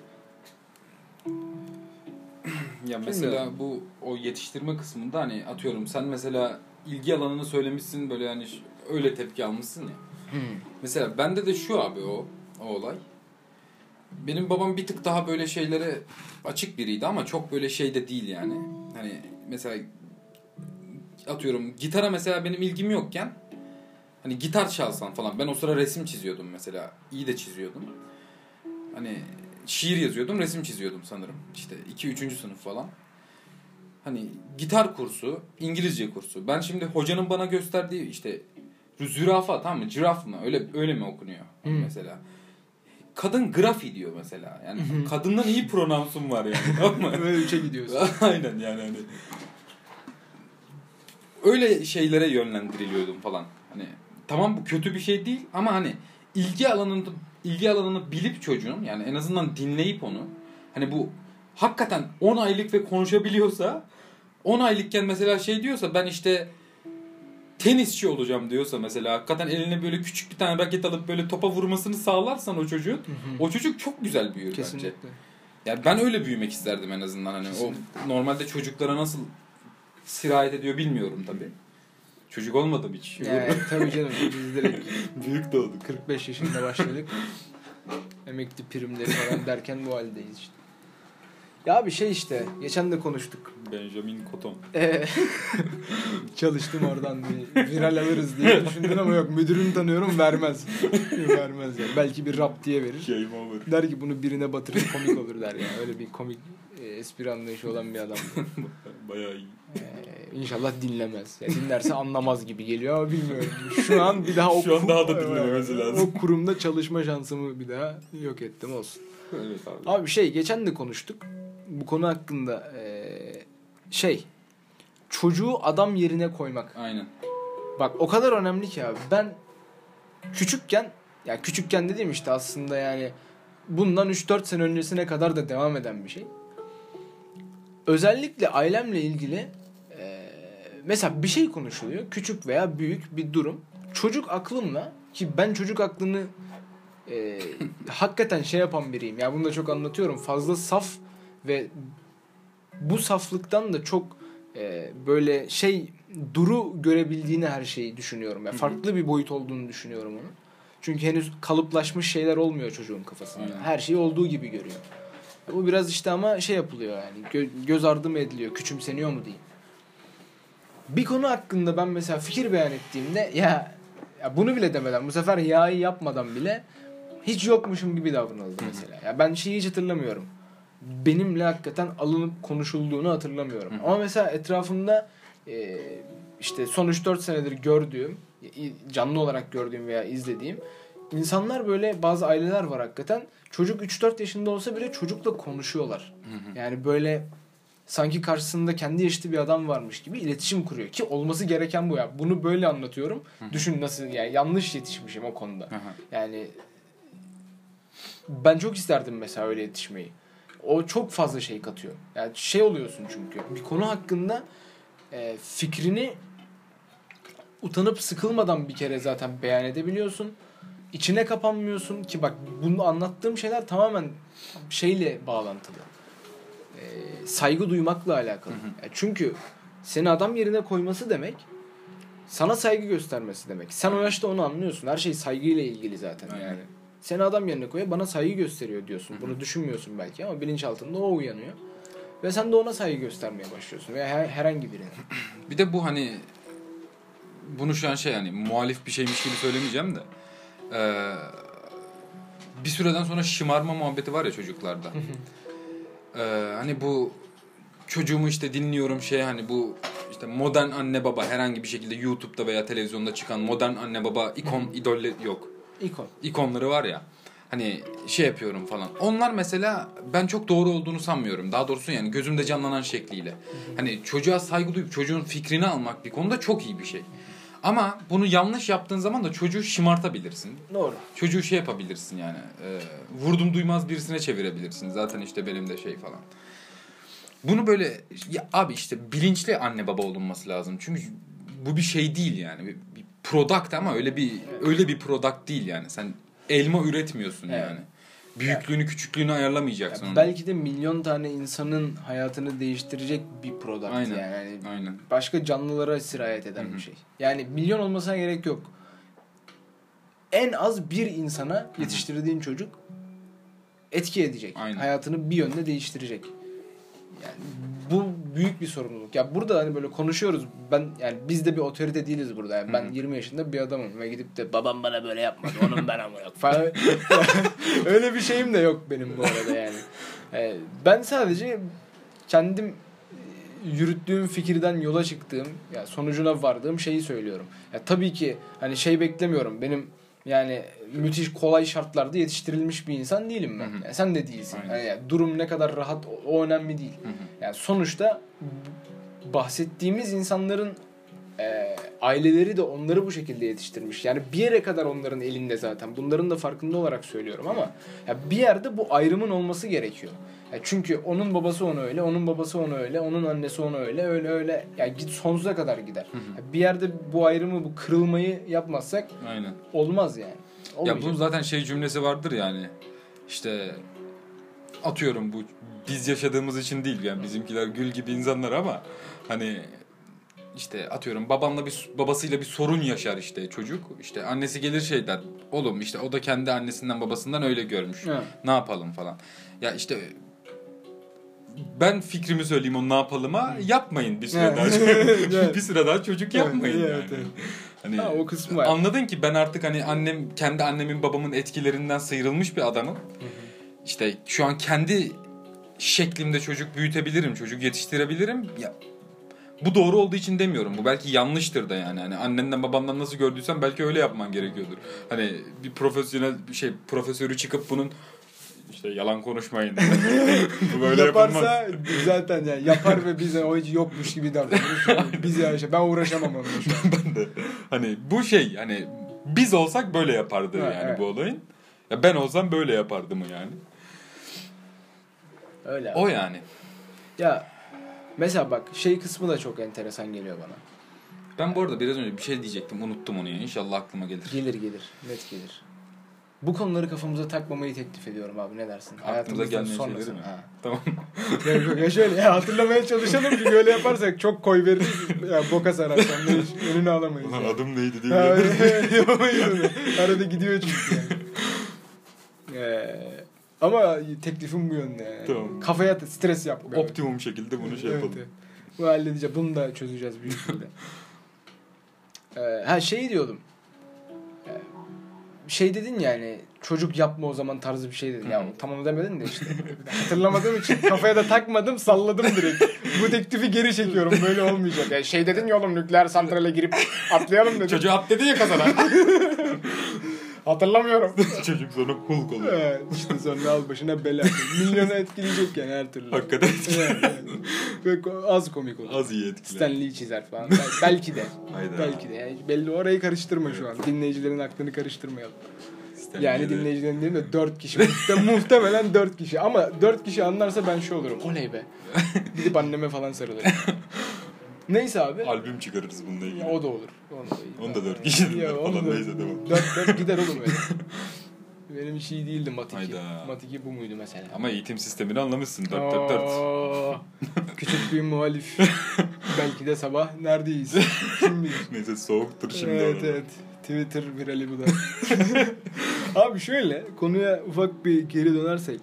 Ya mesela bu o yetiştirme kısmında hani atıyorum sen mesela ilgi alanını söylemişsin böyle yani öyle tepki almışsın ya. Hmm. Mesela bende de şu abi o o olay. Benim babam bir tık daha böyle şeylere açık biriydi ama çok böyle şey de değil yani. Hani mesela atıyorum gitara mesela benim ilgim yokken hani gitar çalsan falan ben o sıra resim çiziyordum mesela. İyi de çiziyordum. Hani şiir yazıyordum, resim çiziyordum sanırım. İşte iki üçüncü sınıf falan. Hani gitar kursu, İngilizce kursu. Ben şimdi hocanın bana gösterdiği işte zürafa tamam mı? Ciraf mı? Öyle öyle mi okunuyor Hmm. mesela? Kadın grafi diyor mesela. Yani kadından iyi pronounsum var yani. Tamam mı? Böyle üçe gidiyorsun. Aynen yani hani. Öyle şeylere yönlendiriliyordum falan. Hani tamam bu kötü bir şey değil ama hani ilgi alanını ilgi alanını bilip çocuğun yani en azından dinleyip onu hani bu hakikaten on aylık ve konuşabiliyorsa on aylıkken mesela şey diyorsa ben işte tenisçi olacağım diyorsa mesela hakikaten eline böyle küçük bir tane raket alıp böyle topa vurmasını sağlarsan o çocuğun o çocuk çok güzel büyür Kesinlikle. bence. Yani ben öyle büyümek isterdim en azından hani Kesinlikle. o normalde çocuklara nasıl sirayet ediyor bilmiyorum tabii. Çocuk olmadım hiç. Yani, tabii canım biz direkt Büyük doğduk. kırk beş yaşında başladık. Emekli primleri falan derken bu haldeyiz işte. Ya bir şey işte geçen de konuştuk. Benjamin Cotton. Ee, çalıştım oradan bir viral alırız diye düşündün ama yok müdürünü tanıyorum vermez. Vermez ya. Belki bir rap diye verir. Game over. Der ki bunu birine batırır komik olur der yani. Öyle bir komik e, espri anlayışı olan bir adam. Bayağı iyi. Ee, inşallah dinlemez. Ya dinlerse anlamaz gibi geliyor ama bilmiyorum. Şu an bir daha o, Şu an daha da dinlememesi lazım. o kurumda çalışma şansımı bir daha yok ettim olsun. Evet abi. Abi şey geçen de konuştuk. Bu konu hakkında ee, şey çocuğu adam yerine koymak. Aynen. Bak o kadar önemli ki abi. Ben küçükken ya küçükken dediğim işte aslında yani bundan üç dört sene öncesine kadar da devam eden bir şey. Özellikle ailemle ilgili e, mesela bir şey konuşuluyor. Küçük veya büyük bir durum. Çocuk aklımla ki ben çocuk aklını e, hakikaten şey yapan biriyim. Yani bunu da çok anlatıyorum. Fazla saf ve bu saflıktan da çok e, böyle şey duru görebildiğini her şeyi düşünüyorum. Yani farklı bir boyut olduğunu düşünüyorum onu. Çünkü henüz kalıplaşmış şeyler olmuyor çocuğun kafasında. Aynen. Her şeyi olduğu gibi görüyor. Bu biraz işte ama şey yapılıyor yani. Gö- göz ardı mı ediliyor, küçümseniyor mu diyeyim. Bir konu hakkında ben mesela fikir beyan ettiğimde ya, ya bunu bile demeden bu sefer ya'yı yapmadan bile hiç yokmuşum gibi davranıldı mesela. Ya ben şeyi hiç hatırlamıyorum. Benimle hakikaten alınıp konuşulduğunu hatırlamıyorum. Hı. Ama mesela etrafımda e, işte son üç dört senedir gördüğüm, canlı olarak gördüğüm veya izlediğim insanlar böyle bazı aileler var hakikaten. Çocuk üç dört yaşında olsa bile çocukla konuşuyorlar. Hı hı. Yani böyle sanki karşısında kendi yaşlı bir adam varmış gibi iletişim kuruyor. Ki olması gereken bu ya. Bunu böyle anlatıyorum. Hı hı. Düşün nasıl yani yanlış yetişmişim o konuda. Hı hı. Yani ben çok isterdim mesela öyle yetişmeyi. O çok fazla şey katıyor. Yani şey oluyorsun çünkü. Bir konu hakkında e, fikrini utanıp sıkılmadan bir kere zaten beyan edebiliyorsun. İçine kapanmıyorsun ki bak bunu anlattığım şeyler tamamen şeyle bağlantılı. E, saygı duymakla alakalı. Hı hı. Yani çünkü seni adam yerine koyması demek sana saygı göstermesi demek. Sen o yaşta onu anlıyorsun. Her şey saygıyla ilgili zaten. Aynen. Yani. Seni adam yerine koyuyor, bana saygı gösteriyor diyorsun. Hı hı. Bunu düşünmüyorsun belki ama bilinçaltında o uyanıyor. Ve sen de ona saygı göstermeye başlıyorsun. Veya her, herhangi birine. Bir de bu hani bunu şu an şey yani muhalif bir şeymiş gibi söylemeyeceğim de ee, bir süreden sonra şımarma muhabbeti var ya çocuklarda. ee, hani bu çocuğumu işte dinliyorum şey hani bu işte modern anne baba herhangi bir şekilde YouTube'da veya televizyonda çıkan modern anne baba ikon idolle yok. İkon. İkonları var ya. Hani şey yapıyorum falan. Onlar mesela ben çok doğru olduğunu sanmıyorum. Daha doğrusu yani gözümde canlanan şekliyle. Hı hı. Hani çocuğa saygı duyup çocuğun fikrini almak bir konuda çok iyi bir şey. Ama bunu yanlış yaptığın zaman da çocuğu şımartabilirsin. Doğru. Çocuğu şey yapabilirsin yani. E, vurdum duymaz birisine çevirebilirsin. Zaten işte benim de şey falan. Bunu böyle ya abi işte bilinçli anne baba olunması lazım. Çünkü bu bir şey değil yani. Bir, bir product ama öyle bir evet. öyle bir product değil yani. Sen elma üretmiyorsun evet. yani. Büyüklüğünü, yani, küçüklüğünü ayarlamayacaksın. Yani belki de milyon tane insanın hayatını değiştirecek bir product aynen, yani. yani. Aynen. Başka canlılara sirayet eden Hı-hı. bir şey. Yani milyon olmasına gerek yok. En az bir insana yetiştirdiğin Hı-hı. çocuk etki edecek. Aynen. Hayatını bir yönde değiştirecek. Yani bu büyük bir sorumluluk. Ya burada hani böyle konuşuyoruz. Ben yani biz de bir otorite değiliz burada. Yani ben Hı-hı. yirmi yaşında bir adamım ve gidip de babam bana böyle yapmadı. Onun ben ama yok falan. Öyle bir şeyim de yok benim bu arada yani. yani. Ben sadece kendim yürüttüğüm fikirden yola çıktığım, yani sonucuna vardığım şeyi söylüyorum. Ya tabii ki hani şey beklemiyorum. Benim yani müthiş kolay şartlarda yetiştirilmiş bir insan değilim ben. Yani sen de değilsin. Yani, yani durum ne kadar rahat o, o önemli değil. Hı hı. Yani sonuçta bahsettiğimiz insanların e, aileleri de onları bu şekilde yetiştirmiş. Yani bir yere kadar onların elinde zaten. Bunların da farkında olarak söylüyorum ama ya bir yerde bu ayrımın olması gerekiyor. Ya çünkü onun babası onu öyle, onun babası onu öyle, onun annesi onu öyle, öyle öyle. Ya yani git sonsuza kadar gider. Hı hı. Ya bir yerde bu ayrımı, bu kırılmayı yapmazsak Aynen. olmaz yani. Olmayacak. Ya bunun zaten şey cümlesi vardır yani. İşte atıyorum bu biz yaşadığımız için değil yani bizimkiler gül gibi insanlar ama hani işte atıyorum babamla bir babasıyla bir sorun yaşar işte çocuk. İşte annesi gelir şey der. Oğlum işte o da kendi annesinden babasından öyle görmüş. Evet. Ne yapalım falan. Ya işte ben fikrimi söyleyeyim o ne yapalıma yapmayın bir süre daha. Evet. Bir süre daha çocuk yapmayın evet, yani. Evet, evet. Hani ha, o kısmı var. Anladın ki ben artık hani annem kendi annemin babamın etkilerinden sıyrılmış bir adamım. Hı hı. İşte şu an kendi şeklimde çocuk büyütebilirim, çocuk yetiştirebilirim. Ya bu doğru olduğu için demiyorum. Bu belki yanlıştır da yani. Hani annenden babandan nasıl gördüysen belki öyle yapman gerekiyordur. Hani bir profesyonel bir şey profesörü çıkıp bunun işte yalan konuşmayın. Bu böyle yaparsa yapılmaz. Zaten yani yapar ve bize o hiç yokmuş gibi davranır. Biz yani şey, ben uğraşamam onunla şu an. Ben de hani bu şey hani biz olsak böyle yapardı ha, yani evet. bu olayın. Ya ben olsam böyle yapardım yani. Öyle. O yani. Ya mesela bak şey kısmı da çok enteresan geliyor bana. Ben bu arada biraz önce bir şey diyecektim. Unuttum onu ya. İnşallah aklıma gelir. Gelir gelir. Net gelir. Bu konuları kafamıza takmamayı teklif ediyorum abi, ne dersin? Aklımıza gelmeyen şeyleri mi? Ha. Tamam. Ya, ya şöyle ya hatırlamaya çalışalım ki böyle yaparsak çok koy veririz. Ya boka sararsan önünü alamayız. Ulan yani. adım neydi diye. Ha, yapamayız onu. Arada gidiyor çünkü yani. Ee, ama teklifim bu yönde yani. Tamam. Kafaya stres yapma. Optimum şekilde bunu şey yapalım. Evet, evet. Bu halledeceğiz. Bunu da çözeceğiz büyük şekilde. ee, ha şey diyordum. Ee, şey dedin yani çocuk yapma o zaman tarzı bir şey dedin. Ya tamam demedin de işte. Hatırlamadığım için kafaya da takmadım, salladım direkt. Bu teklifi geri çekiyorum. Böyle olmayacak. Yani şey dedin ya oğlum, nükleer santrale girip atlayalım dedin. Çocuğu at dedi ya kazana. Hatırlamıyorum. Çocuk sonra Hulk oluyor. Evet, işte sonra al başına bela. Milyonu etkileyecek yani her türlü. Hakikaten Evet, evet. Ve az komik olur. az iyi etkiler. Stanley'i çizer falan. Bel- belki de. Hayda. Belki de. Yani belli, orayı karıştırma şu an. Dinleyicilerin aklını karıştırmayalım. Yani dinleyicilerin değil de dört kişi. Muhte- muhtemelen dört kişi. Ama dört kişi anlarsa ben şu olurum. Oley be. Gidip anneme falan sarılırım. Neyse abi. Albüm çıkarırız bununla ilgili. Ya, o da olur. Onu da, Onu da dört kişi Ya, onu falan da- neyse tamam. Dört, dört gider oğlum öyle. Benim hiç iyi değildi Mat iki. Hayda. Mat iki bu muydu mesela? Ama eğitim sistemini anlamışsın. dört dört dört. Aa, küçük bir muhalif. Belki de sabah neredeyiz? Kim bilir? Neyse soğuktur şimdi. Evet onun. evet. Twitter virali bu da. Abi şöyle konuya ufak bir geri dönersek.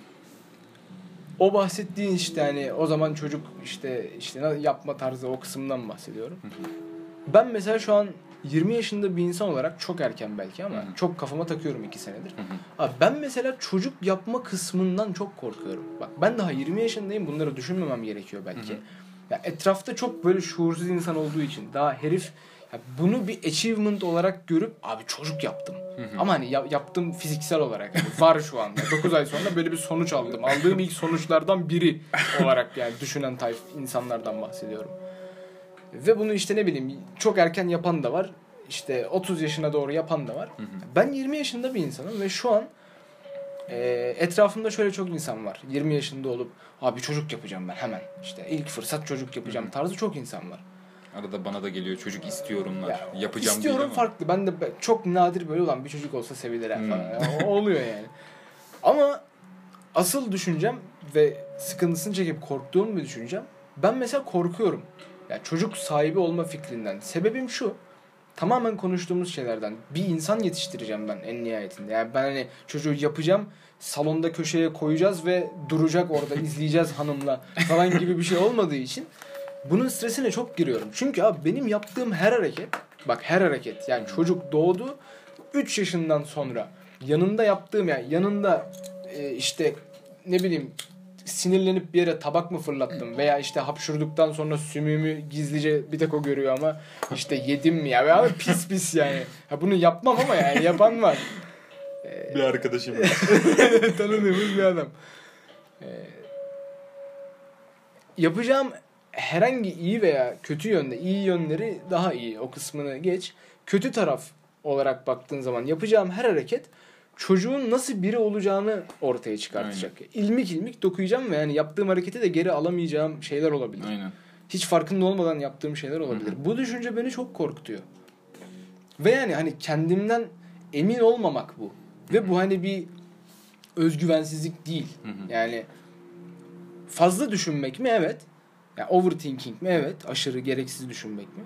O bahsettiğin işte hani o zaman çocuk işte işte yapma tarzı o kısımdan bahsediyorum. Ben mesela şu an yirmi yaşında bir insan olarak çok erken belki ama Hı-hı. çok kafama takıyorum iki senedir. Hı-hı. Abi ben mesela çocuk yapma kısmından çok korkuyorum. Bak ben daha yirmi yaşındayım, bunları düşünmemem gerekiyor belki. Hı-hı. Ya etrafta çok böyle şuursuz insan olduğu için daha herif ya bunu bir achievement olarak görüp abi çocuk yaptım. Hı-hı. Ama hani ya, yaptım fiziksel olarak yani var şu anda. dokuz ay sonra böyle bir sonuç aldım. Aldığım ilk sonuçlardan biri olarak yani düşünen tayf insanlardan bahsediyorum. Ve bunu işte ne bileyim çok erken yapan da var. İşte otuz yaşına doğru yapan da var. Hı hı. Ben yirmi yaşında bir insanım ve şu an e, etrafımda şöyle çok insan var. yirmi yaşında olup abi çocuk yapacağım ben hemen. İşte ilk fırsat çocuk yapacağım tarzı çok insan var. Arada bana da geliyor çocuk istiyorumlar. Ya, Yapacağım istiyorum değil ama. farklı. Ben de çok nadir böyle olan bir çocuk olsa sevilir Hmm. falan. Yani o oluyor yani. Ama asıl düşüncem ve sıkıntısını çekip korktuğum bir düşüncem. Ben mesela korkuyorum. Yani çocuk sahibi olma fikrinden. Sebebim şu. Tamamen konuştuğumuz şeylerden. Bir insan yetiştireceğim ben en nihayetinde. Yani ben hani çocuğu yapacağım, salonda köşeye koyacağız ve duracak orada izleyeceğiz hanımla falan gibi bir şey olmadığı için bunun stresine çok giriyorum. Çünkü abi benim yaptığım her hareket, bak her hareket yani çocuk doğdu üç yaşından sonra yanında yaptığım yani yanında e, işte ne bileyim sinirlenip bir yere tabak mı fırlattım veya işte hapşurduktan sonra sümüğümü gizlice bir tek o görüyor ama işte yedim mi ya veya pis pis yani. Ha bunu yapmam ama yani yapan var. Bir arkadaşım. Tanıdığımız bir adam. Ee, yapacağım herhangi iyi veya kötü yönde, iyi yönleri daha iyi, o kısmını geç. Kötü taraf olarak baktığın zaman yapacağım her hareket çocuğun nasıl biri olacağını ortaya çıkartacak. Aynen. İlmik ilmik dokuyacağım ve yani yaptığım hareketi de geri alamayacağım şeyler olabilir. Aynen. Hiç farkında olmadan yaptığım şeyler olabilir. Hı-hı. Bu düşünce beni çok korkutuyor. Ve yani hani kendimden emin olmamak bu. Ve Hı-hı. bu hani bir özgüvensizlik değil. Hı-hı. Yani fazla düşünmek mi? Evet. Yani overthinking mi? Evet. Aşırı gereksiz düşünmek mi?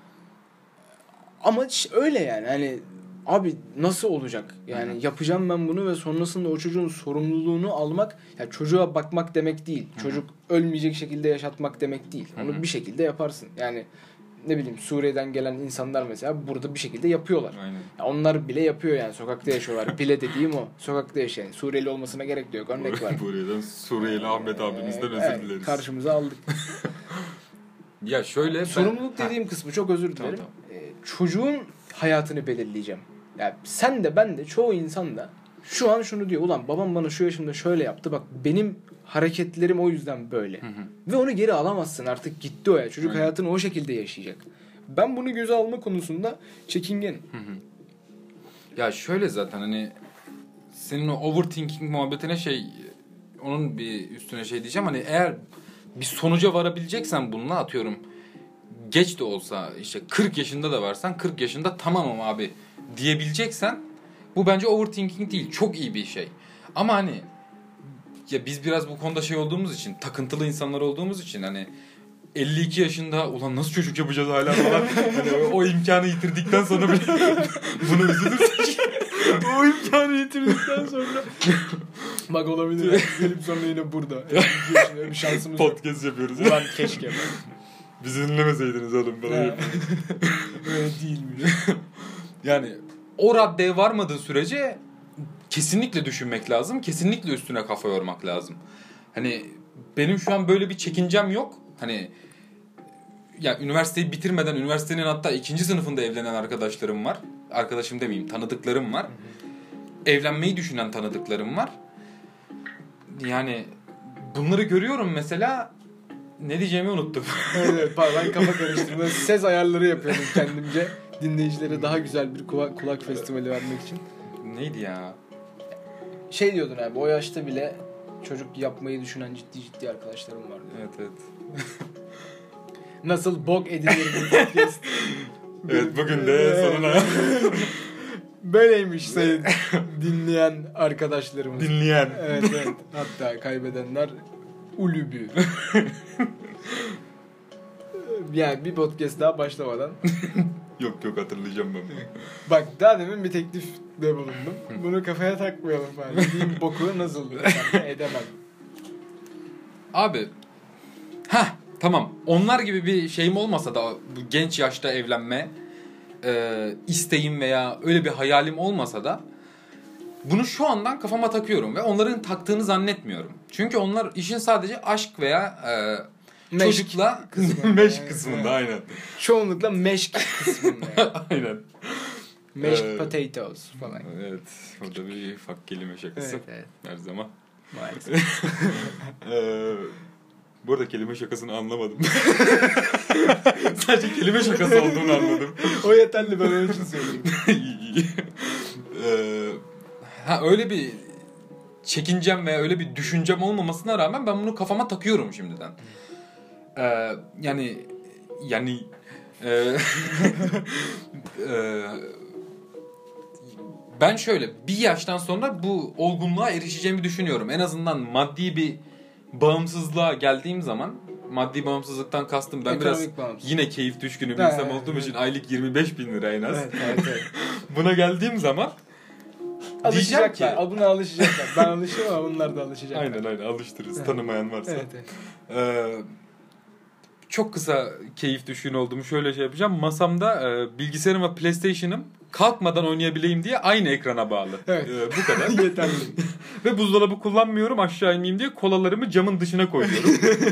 Ama öyle yani. Hani abi nasıl olacak? Yani Hı-hı. yapacağım ben bunu ve sonrasında o çocuğun sorumluluğunu almak, yani çocuğa bakmak demek değil. Hı-hı. Çocuk ölmeyecek şekilde yaşatmak demek değil. Onu Hı-hı. bir şekilde yaparsın. Yani ne bileyim Suriye'den gelen insanlar mesela burada bir şekilde yapıyorlar. Aynen. Yani onlar bile yapıyor yani. Sokakta yaşıyorlar. Bile dediğim o. Sokakta yaşayan. Suriyeli olmasına gerek de yok. Örnek var. Buradan Suriyeli Ahmet abimizden özür evet, dileriz. Karşımıza aldık. Ya şöyle. Sorumluluk ben... dediğim ha. kısmı çok özür dilerim. Tamam, tamam. Ee, çocuğun hayatını belirleyeceğim. Yani sen de ben de çoğu insan da şu an şunu diyor. Ulan babam bana şu yaşımda şöyle yaptı. Bak benim hareketlerim o yüzden böyle. Hı hı. Ve onu geri alamazsın. Artık gitti o ya. Çocuk Aynen. hayatını o şekilde yaşayacak. Ben bunu göze alma konusunda çekingenim. Hı hı. Ya şöyle zaten hani senin o overthinking muhabbetine şey onun bir üstüne şey diyeceğim. Hani eğer bir sonuca varabileceksen bununla atıyorum. Geç de olsa işte kırk yaşında da varsan kırk yaşında tamamım abi diyebileceksen Bu bence overthinking değil. Çok iyi bir şey. Ama hani ya biz biraz bu konuda şey olduğumuz için, takıntılı insanlar olduğumuz için hani elli iki yaşında ulan nasıl çocuk yapacağız hala falan. Hani o, o imkanı yitirdikten sonra bile bunu üzülürsek. O imkanı yitirdikten sonra. Bak olabilir. Gelip sonra yine burada. Bir şansımız yok. Podcast yapıyoruz. Ulan keşke. Bizi dinlemeseydiniz oğlum. Böyle öyle değil mi? Yani o raddeye varmadığı sürece kesinlikle düşünmek lazım. Kesinlikle üstüne kafa yormak lazım. Hani benim şu an böyle bir çekincem yok. Hani ya üniversiteyi bitirmeden üniversitenin hatta ikinci sınıfında evlenen arkadaşlarım var. Arkadaşım demeyeyim, tanıdıklarım var. Hı hı. Evlenmeyi düşünen tanıdıklarım var. Yani bunları görüyorum mesela, ne diyeceğimi unuttum. Evet, ben kafa karıştırdım. Ses ayarları yapıyordum kendimce. Dinleyicilere daha güzel bir kulak, kulak festivali vermek için. Neydi ya? Şey diyordun abi, o yaşta bile çocuk yapmayı düşünen ciddi ciddi arkadaşlarım var. Evet evet. Nasıl bok edilir bu podcast? Evet, bugün de sonuna. Böyleymiş sayın dinleyen arkadaşlarımız. Dinleyen. Evet evet. Hatta kaybedenler ulübü. Yani bir podcast daha başlamadan. Yok yok, hatırlayacağım ben. Bak daha demin bir teklifde bulundum. Bunu kafaya takmayalım falan. Dediğim boku nasıl edemem. Abi. Hah tamam. Onlar gibi bir şeyim olmasa da bu genç yaşta evlenme e, isteğim veya öyle bir hayalim olmasa da bunu şu andan kafama takıyorum ve onların taktığını zannetmiyorum. Çünkü onlar işin sadece aşk veya e, meşk çocukla kısmında, meşk yani. kısmında aynen. Çoğunlukla meşk kısmında. Yani. Aynen. Meşk Ee, potatoes falan. Evet. Orada bir ufak kelime şakası. Evet, evet. Her zaman. Maalesef. ee, bu arada kelime şakasını anlamadım. Sadece kelime şakası olduğunu anladım. O yeterli, ben onun için söyleyeyim. İyi iyi. Ee, ha öyle bir çekincem veya öyle bir düşüncem olmamasına rağmen ben bunu kafama takıyorum şimdiden. Ee, yani yani e, e, ben şöyle bir yaştan sonra bu olgunluğa erişeceğimi düşünüyorum. En azından maddi bir bağımsızlığa geldiğim zaman, maddi bağımsızlıktan kastım ben Ekonomik biraz bağımsız. yine keyif düşkünü bir Ha, insan evet, olduğum evet. için aylık yirmi beş bin lira en az. Evet, evet, evet. Buna geldiğim zaman Alışacaklar. ki- Buna alışacaklar. Ben alışıyorum ama onlar da alışacaklar. aynen aynen alıştırırız, Evet. tanımayan varsa. Evet, evet. Ee, çok kısa keyif düşkün olduğumu şöyle şey yapacağım. Masamda e, bilgisayarım ve PlayStation'ım kalkmadan oynayabileyim diye aynı ekrana bağlı. Evet. Ee, bu kadar. Yeterli. Ve buzdolabı kullanmıyorum, aşağı inmeyeyim diye kolalarımı camın dışına koyuyorum.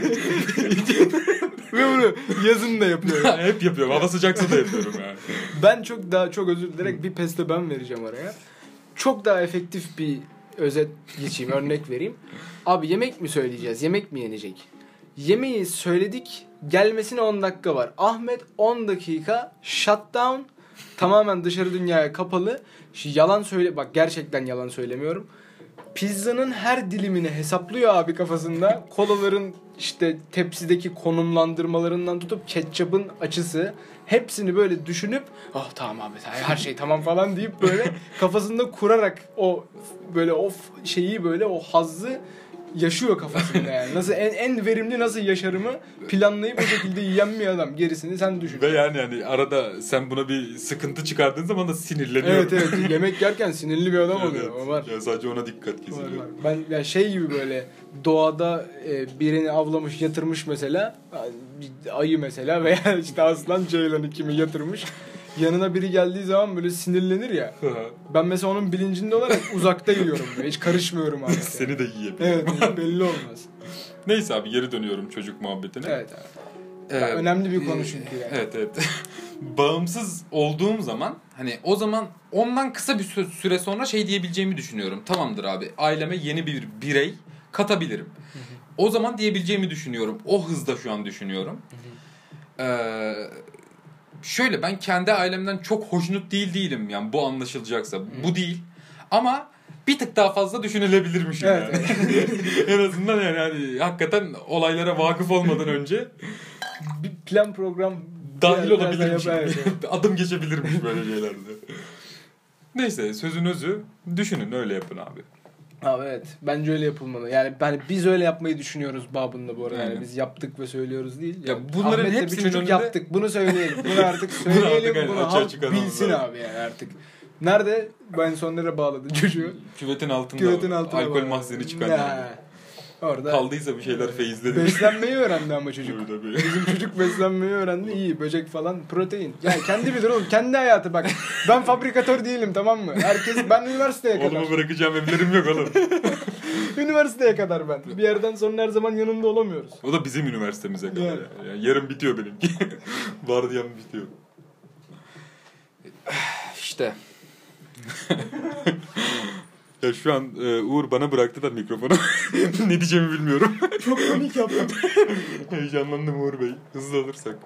Ve bunu yazın da yapıyorum. Hep yapıyorum. Hava sıcaksa da yapıyorum yani. Ben çok daha çok özür dilerim. Bir peste ben vereceğim araya. Çok daha efektif bir özet geçeyim. Örnek vereyim. Abi yemek mi söyleyeceğiz? Yemek mi yenecek? Yemeği söyledik. Gelmesine on dakika var. Ahmet on dakika shutdown. Tamamen dışarı dünyaya kapalı. Şu yalan söyle, bak gerçekten yalan söylemiyorum. Pizzanın her dilimini hesaplıyor abi kafasında. Kolaların işte tepsideki konumlandırmalarından tutup ketçapın açısı, hepsini böyle düşünüp oh tamam abi her şey tamam falan deyip böyle kafasında kurarak o böyle o şeyi böyle o hazzı yaşıyor kafasında yani. Nasıl en, en verimli nasıl yaşarımı planlayıp o şekilde yiyen bir adam. Gerisini sen düşün. Ve yani yani arada sen buna bir sıkıntı çıkardığın zaman da sinirleniyorum. Evet evet, yemek yerken sinirli bir adam oluyor. Evet. O var. Ya sadece ona dikkat Var, kesiliyor. var. Ben yani şey gibi böyle doğada e, birini avlamış yatırmış mesela, bir ayı mesela veya işte aslan ceylanı kimi yatırmış. Yanına biri geldiği zaman böyle sinirlenir ya. Ben mesela onun bilincinde olarak uzakta yiyorum. Böyle. Hiç karışmıyorum abi. Seni de yiyebilirim. Evet, belli olmaz. Neyse abi, geri dönüyorum çocuk muhabbetine. Evet abi. Ee, Ya önemli bir konu çünkü yani. Evet evet. Bağımsız olduğum zaman hani o zaman ondan kısa bir sü- süre sonra şey diyebileceğimi düşünüyorum. Tamamdır abi, aileme yeni bir birey katabilirim. Hı hı. O zaman diyebileceğimi düşünüyorum. O hızda şu an düşünüyorum. Hı hı. Ee, şöyle, ben kendi ailemden çok hoşnut değil değilim yani, bu anlaşılacaksa. Hı. Bu değil. Ama bir tık daha fazla düşünülebilirmişim Evet, yani. evet. En azından yani hani hakikaten olaylara vakıf olmadan önce Bir plan program dahil biraz daha olabilirmiş. yap- evet. Adım geçebilirmiş böyle şeylerde. Neyse sözün özü düşünün öyle yapın abi. Abi evet. Bence öyle yapılmalı. Yani hani biz öyle yapmayı düşünüyoruz babında bu arada. Yani Aynen. biz yaptık ve söylüyoruz değil. Ya Yani bunların Ahmet'le hepsinin bir çocuk önünde- yaptık. Bunu söyleyelim. Bunu artık Bunu artık söyleyelim. hani Bunu açığa halk çıkarmamız bilsin lazım. abi yani artık. Nerede? Ben sonlara bağladı çocuğu. Küvetin altında Küvetin altına alkol bağladı. mahzeni çıkan Ya. yani. Orada Kaldıysa bir şeyler feyizledi. beslenmeyi öğrendi ama çocuk. Tabii, tabii. Bizim çocuk beslenmeyi öğrendi. İyi böcek falan protein. Ya kendi bilir oğlum. Kendi hayatı bak. Ben fabrikatör değilim tamam mı? Herkes ben üniversiteye kadar. Oğlumu bırakacağım evlerim yok oğlum. Üniversiteye kadar ben. Bir yerden sonra her zaman yanında olamıyoruz. O da bizim üniversitemize kadar. Yani. Yani. Yani yarın bitiyor benimki. Vardiyam bitiyor. İşte. Ya şu an e, Uğur bana bıraktı da mikrofonu. Ne diyeceğimi bilmiyorum. Çok panik yaptım. Heyecanlandım Uğur Bey. Hızlı olursak.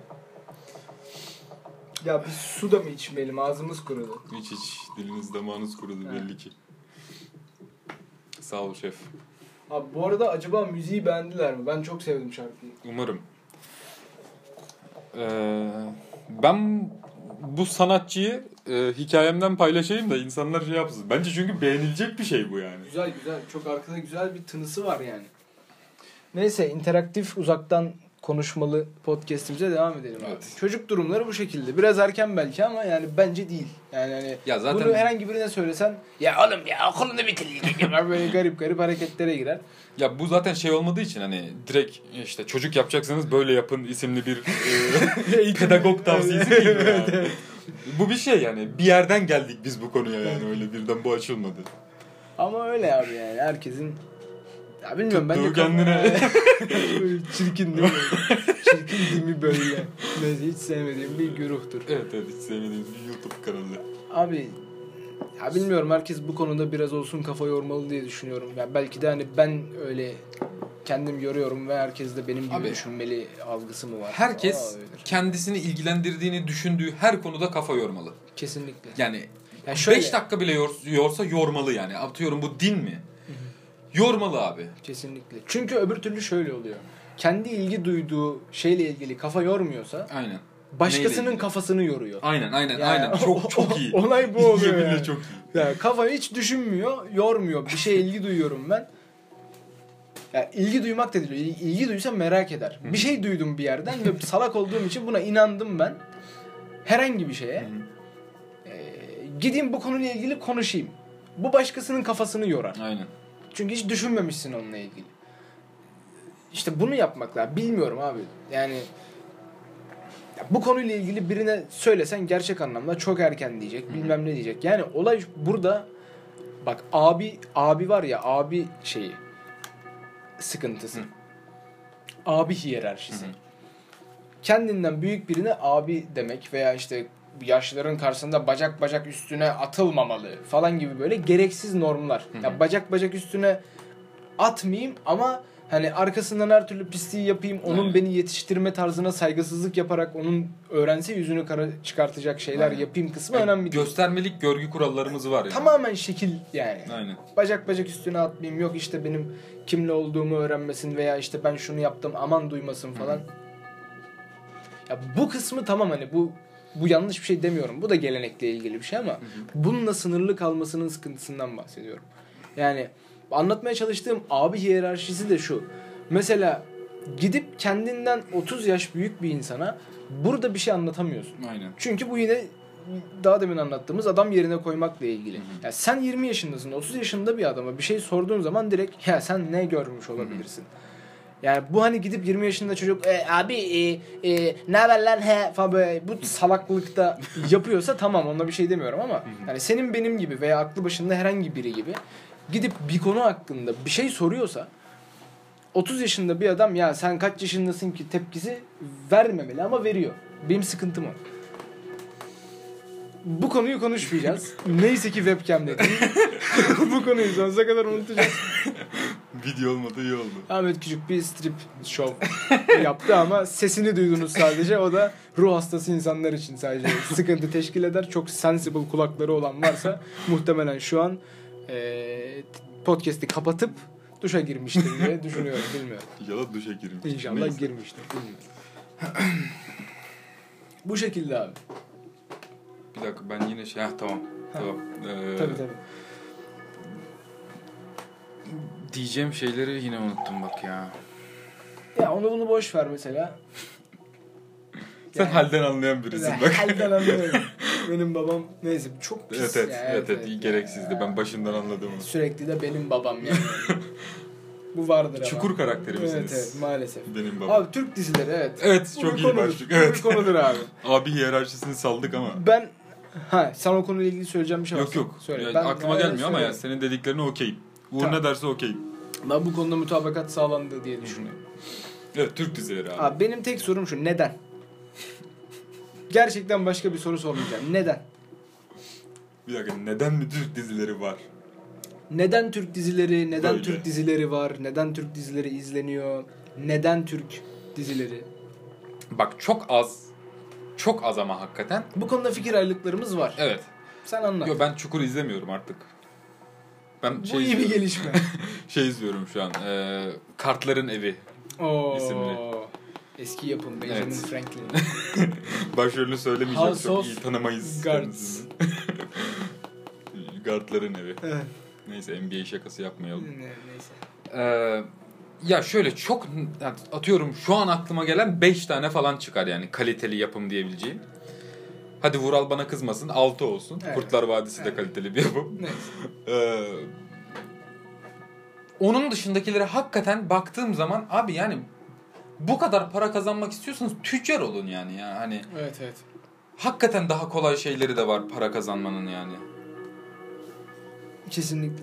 Ya bir su da mı içmeyelim? Ağzımız kurudu. Hiç hiç. Diliniz damağınız kurudu Ha. belli ki. Sağ ol şef. Abi bu arada acaba müziği beğendiler mi? Ben çok sevdim şarkıyı. Umarım. Ee, ben bu sanatçıyı e, hikayemden paylaşayım da insanlar şey yapsın. Bence çünkü beğenilecek bir şey bu yani. Güzel güzel. Çok arkada güzel bir tınısı var yani. Neyse interaktif uzaktan konuşmalı podcast'imize devam edelim abi. Evet. Çocuk durumları bu şekilde. Biraz erken belki ama yani bence değil. Yani hani Ya zaten- bunu herhangi birine söylesen ya oğlum ya okulunu bitirecek. Böyle garip garip hareketlere girer. Ya bu zaten şey olmadığı için hani direkt işte çocuk yapacaksanız böyle yapın isimli bir e, pedagog tavsiyesi değil bu yani. Bu bir şey yani. Bir yerden geldik biz bu konuya yani. Öyle birden bu açılmadı. Ama öyle abi yani herkesin ya bilmiyorum bence Tuttuğu kendine. çirkin değil mi? Çirkin değil mi böyle? Neyse hiç sevmediğim bir güruhtur. Evet evet hiç sevmediğim bir YouTube kanalı. Abi ya bilmiyorum herkes bu konuda biraz olsun kafa yormalı diye düşünüyorum. Yani belki de hani ben öyle kendim yoruyorum ve herkes de benim gibi Abi, düşünmeli algısı mı var? Herkes Aa, öyledir. kendisini ilgilendirdiğini düşündüğü her konuda kafa yormalı. Kesinlikle. Yani Ya şöyle- beş dakika bile yor, yorsa yormalı yani. Atıyorum bu din mi? Yormalı abi. Kesinlikle. Çünkü öbür türlü şöyle oluyor. Kendi ilgi duyduğu şeyle ilgili kafa yormuyorsa Aynen. başkasının Neyle ilgili? kafasını yoruyor. Aynen aynen Yani aynen. Çok çok iyi. Olay bu oluyor Yeminle yani. çok iyi. Yani kafayı hiç düşünmüyor, yormuyor. Bir şeye ilgi duyuyorum ben. Ya ilgi duymak da değil. İl- İlgi duysam merak eder. Bir şey duydum bir yerden ve salak olduğum için buna inandım ben. Herhangi bir şeye. Ee, gideyim bu konuyla ilgili konuşayım. Bu başkasının kafasını yorar. Aynen. Çünkü hiç düşünmemişsin onunla ilgili. İşte bunu yapmak lazım. Bilmiyorum abi. Yani ya bu konuyla ilgili birine söylesen gerçek anlamda çok erken diyecek. Bilmem ne diyecek. Yani olay burada bak abi abi var ya abi şeyi sıkıntısı. Hı. Abi hiyerarşisi. Hı hı. Kendinden büyük birine abi demek veya işte yaşlıların karşısında bacak bacak üstüne atılmamalı falan gibi böyle gereksiz normlar. Hı hı. Ya bacak bacak üstüne atmayayım ama hani arkasından her türlü pisliği yapayım. Onun Aynen. beni yetiştirme tarzına saygısızlık yaparak onun öğrense yüzünü kara çıkartacak şeyler Aynen. yapayım kısmı Yani önemli değil. göstermelik görgü kurallarımız var yani. Tamamen şekil yani. Aynen. Bacak bacak üstüne atmayayım. Yok işte benim kimle olduğumu öğrenmesin veya işte ben şunu yaptım aman duymasın falan. Hı. Ya bu kısmı tamam hani bu bu yanlış bir şey demiyorum. Bu da gelenekle ilgili bir şey ama Hı hı. bununla sınırlı kalmasının sıkıntısından bahsediyorum. Yani anlatmaya çalıştığım abi hiyerarşisi de şu. Mesela gidip kendinden otuz yaş büyük bir insana burada bir şey anlatamıyorsun. Aynen. Çünkü bu yine daha demin anlattığımız adam yerine koymakla ilgili. Hı hı. Ya sen yirmi yaşındasın, otuz yaşında bir adama bir şey sorduğun zaman direkt ya sen ne görmüş olabilirsin? Yani bu hani gidip yirmi yaşında çocuk e, abi e, e, ne haber lan he falan böyle bu salaklıkta yapıyorsa tamam ona bir şey demiyorum ama hani senin benim gibi veya aklı başında herhangi biri gibi gidip bir konu hakkında bir şey soruyorsa otuz yaşında bir adam ya sen kaç yaşındasın ki tepkisi vermemeli ama veriyor. Benim sıkıntım o. Bu konuyu konuşmayacağız. Neyse ki webcam'de değil. Bu konuyu sonsuza kadar unutacağız. Video olmadı iyi oldu. Ahmet Küçük bir strip show yaptı ama sesini duydunuz sadece. O da ruh hastası insanlar için sadece sıkıntı teşkil eder. Çok sensible kulakları olan varsa muhtemelen şu an e, podcast'i kapatıp duşa girmiştir diye düşünüyorum. Bilmiyorum. İnşallah duşa girmiş. İnşallah Neyse. girmiştir. Bilmiyorum. Bu şekilde abi. Bir dakika ben yine şey... Heh, tamam. Tamam. Ee, Tabii tabii. Diyeceğim şeyleri yine unuttum bak ya. Ya onu bunu boş ver mesela. Sen Yani- halden anlayan birisin bak. Halden anlıyorum. Benim babam neyse çok pis Evet evet, ya. evet, evet, ya. gereksizdi. Ben başından anladım onu. Sürekli de benim babam yani. Bu vardır ama. Çukur karakteri misiniz? Evet evet maalesef. Benim babam. Abi Türk dizileri evet. Evet, Bu çok bir iyi konudur. başlık. Bu Evet. bir konudur abi. Abi hiyerarşisini saldık ama. Ben ha sen o konuyla ilgili söyleyeceğim bir şey Yok varsa yok. söyle. Yani Ben, aklıma ben gelmiyor ama ya söyleyeyim. senin dediklerine okeyim. Uğur Tamam. ne derse okeyim. Ben bu konuda mutabakat sağlandı diye düşünüyorum. Evet, Türk dizileri abi. Abi benim tek sorum şu, neden? Gerçekten başka bir soru sormayacağım. Neden? Bir dakika, neden mi Türk dizileri var? Neden Türk dizileri, neden Böyle. Türk dizileri var, neden Türk dizileri izleniyor, neden Türk dizileri? Bak çok az. Çok az ama hakikaten. Bu konuda fikir ayrılıklarımız var. Evet. Sen anlat. Yo, ben Çukur izlemiyorum artık. Ben Bu şey iyi bir izliyorum. gelişme. Şey izliyorum şu an. E, Kartların Evi Oo. isimli. Eski yapım Benjamin Evet. Franklin. Başrolünü söylemeyeceğim. House Çok of iyi tanımayız. Guards. kendisini. Guardların Evi. Evet. Neyse, N B A şakası yapmayalım. Ne- Neyse. Ee, ya şöyle çok atıyorum şu an aklıma gelen beş tane falan çıkar yani kaliteli yapım diyebileceğim. Hadi Vural bana kızmasın, altı olsun. Evet. Kurtlar Vadisi Evet. de kaliteli bir yapım. Neyse. Ee, onun dışındakilere hakikaten baktığım zaman abi yani bu kadar para kazanmak istiyorsanız tüccar olun yani ya hani Evet evet. hakikaten daha kolay şeyleri de var para kazanmanın yani. Kesinlikle.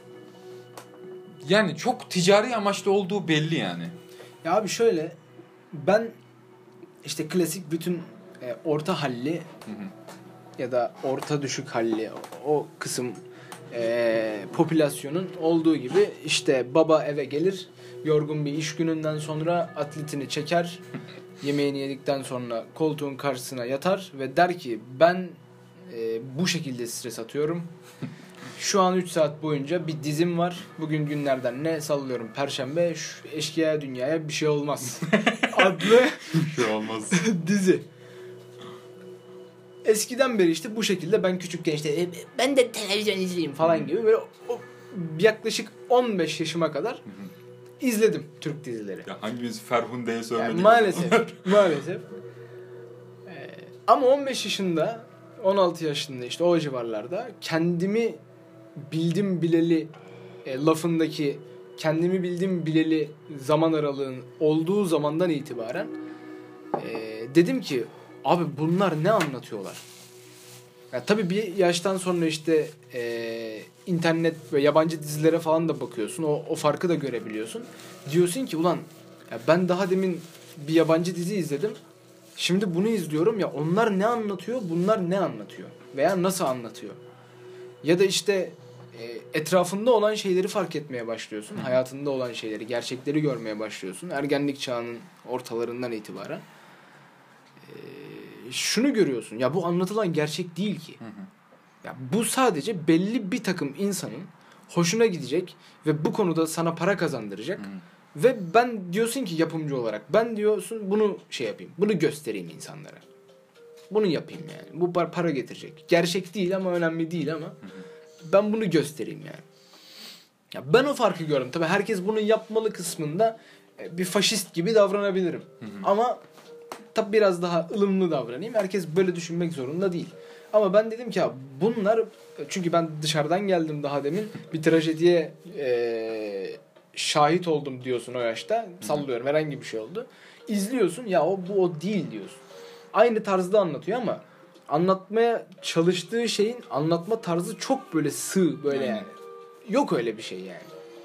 Yani çok ticari amaçlı olduğu belli yani. Ya abi şöyle, ben işte klasik bütün e, orta halli Hı hı. ya da orta düşük halli o kısım e, popülasyonun olduğu gibi işte baba eve gelir, yorgun bir iş gününden sonra atletini çeker, yemeğini yedikten sonra koltuğun karşısına yatar ve der ki ben e, bu şekilde stres atıyorum. Şu an üç saat boyunca bir dizim var. Bugün günlerden ne sallıyorum? Perşembe. Şu eşkıya dünyaya bir şey olmaz. Adlı Bir şey olmaz. dizi. Eskiden beri işte bu şekilde ben küçükken işte "E, ben de televizyon izleyeyim falan gibi böyle o, yaklaşık on beş yaşıma kadar izledim Türk dizileri. Ya hangimiz Ferhunde'ye Yani söylemedik? maalesef. maalesef. Ee, ama on beş yaşında, on altı yaşında işte o civarlarda kendimi bildim bileli e, lafındaki kendimi bildim bileli zaman aralığın olduğu zamandan itibaren e, dedim ki abi bunlar ne anlatıyorlar? Ya tabii bir yaştan sonra işte e, internet ve yabancı dizilere falan da bakıyorsun. O, o farkı da görebiliyorsun. Diyorsun ki ulan ya ben daha demin bir yabancı dizi izledim. Şimdi bunu izliyorum ya onlar ne anlatıyor? Bunlar ne anlatıyor? Veya nasıl anlatıyor? Ya da işte e, etrafında olan şeyleri fark etmeye başlıyorsun. Hayatında olan şeyleri, gerçekleri görmeye başlıyorsun. Ergenlik çağının ortalarından itibaren. E, şunu görüyorsun. Ya bu anlatılan gerçek değil ki. Hı hı. Ya bu sadece belli bir takım insanın hoşuna gidecek ve bu konuda sana para kazandıracak. Hı. Ve ben diyorsun ki yapımcı olarak ben diyorsun bunu şey yapayım. Bunu göstereyim insanlara. Bunu yapayım yani. Bu par- para getirecek. Gerçek değil ama önemli değil ama ben bunu göstereyim yani. Ya ben o farkı gördüm. Tabii herkes bunu yapmalı kısmında bir faşist gibi davranabilirim. Hı hı. Ama tabii biraz daha ılımlı davranayım. Herkes böyle düşünmek zorunda değil. Ama ben dedim ki ya bunlar çünkü ben dışarıdan geldim daha demin bir trajediye e, şahit oldum diyorsun o yaşta. Sallıyorum herhangi bir şey oldu. İzliyorsun ya o bu o değil diyorsun. Aynı tarzda anlatıyor ama anlatmaya çalıştığı şeyin anlatma tarzı çok böyle sığ böyle Aynen. yani. Yok öyle bir şey yani.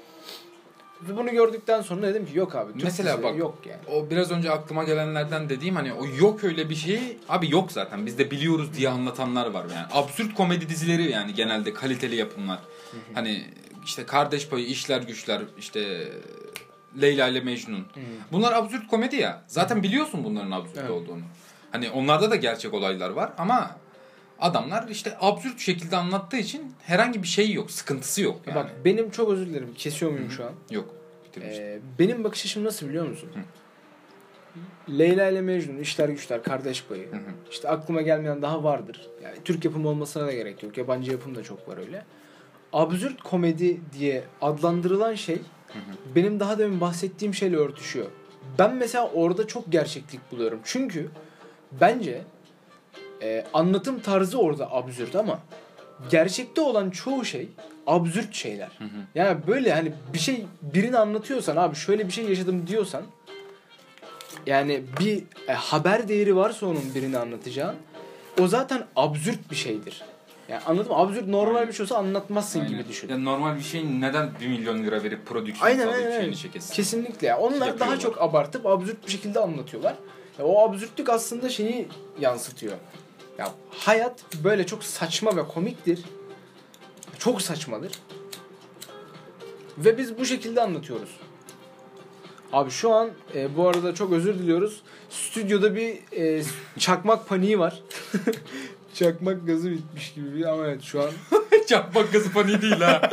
Ve bunu gördükten sonra dedim ki yok abi. Türk Mesela dizileri bak yok yani. o biraz önce aklıma gelenlerden dediğim hani o yok öyle bir şey abi yok zaten biz de biliyoruz diye anlatanlar var yani absürt komedi dizileri yani genelde kaliteli yapımlar hani işte Kardeş Payı, İşler Güçler işte Leyla ile Mecnun bunlar absürt komedi ya zaten biliyorsun bunların absürt Evet. olduğunu hani onlarda da gerçek olaylar var ama adamlar işte absürt şekilde anlattığı için herhangi bir şey yok sıkıntısı yok yani. Bak benim çok özür dilerim. Kesiyor muyum şu an? Yok bitirmiştim. Ee, benim bakış açım nasıl biliyor musun? Hı. Leyla ile Mecnun, İşler Güçler, Kardeş Payı. Hı hı. İşte aklıma gelmeyen daha vardır. Yani Türk yapımı olmasına da gerek yok. Yabancı yapım da çok var öyle. Absürt komedi diye adlandırılan şey Hı hı. benim daha demin bahsettiğim şeyle örtüşüyor. Ben mesela orada çok gerçeklik buluyorum. Çünkü bence e, anlatım tarzı orada absürt ama gerçekte olan çoğu şey absürt şeyler. Hı hı. Yani böyle hani bir şey birini anlatıyorsan abi şöyle bir şey yaşadım diyorsan yani bir e, haber değeri varsa onun birini anlatacağın o zaten absürt bir şeydir. Yani anladın mı? Absürt normal Aynen. bir şey olsa anlatmazsın Aynen. gibi düşün. Yani normal bir şeyin neden bir milyon lira verip prodüksiyon Aynen sağlayıp aynen. şeyini çekesin? Kesinlikle. Onlar daha Yapıyorlar. çok abartıp absürt bir şekilde anlatıyorlar. Ya o absürtlük aslında şeyi yansıtıyor. Ya hayat böyle çok saçma ve komiktir. Çok saçmadır. Ve biz bu şekilde anlatıyoruz. Abi şu an e, bu arada çok özür diliyoruz. Stüdyoda bir e, çakmak paniği var. Çakmak gazı bitmiş gibi bir ama evet şu an Çakmak gazı paniği değil ha.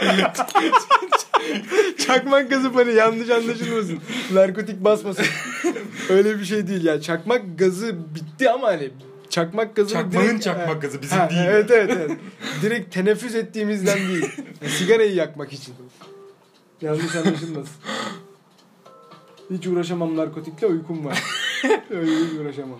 çakmak gazı paniği yanlış anlaşılmasın. Narkotik basmasın. Öyle bir şey değil ya. Çakmak gazı bitti ama hani çakmak gazı Çakmağın direkt, çakmak ha, gazı bizim ha, değil. Evet evet evet. Direkt teneffüs ettiğimizden değil. Yani sigarayı yakmak için. Yanlış anlaşılmasın. Hiç uğraşamam narkotikle uykum var. Öyle hiç uğraşamam.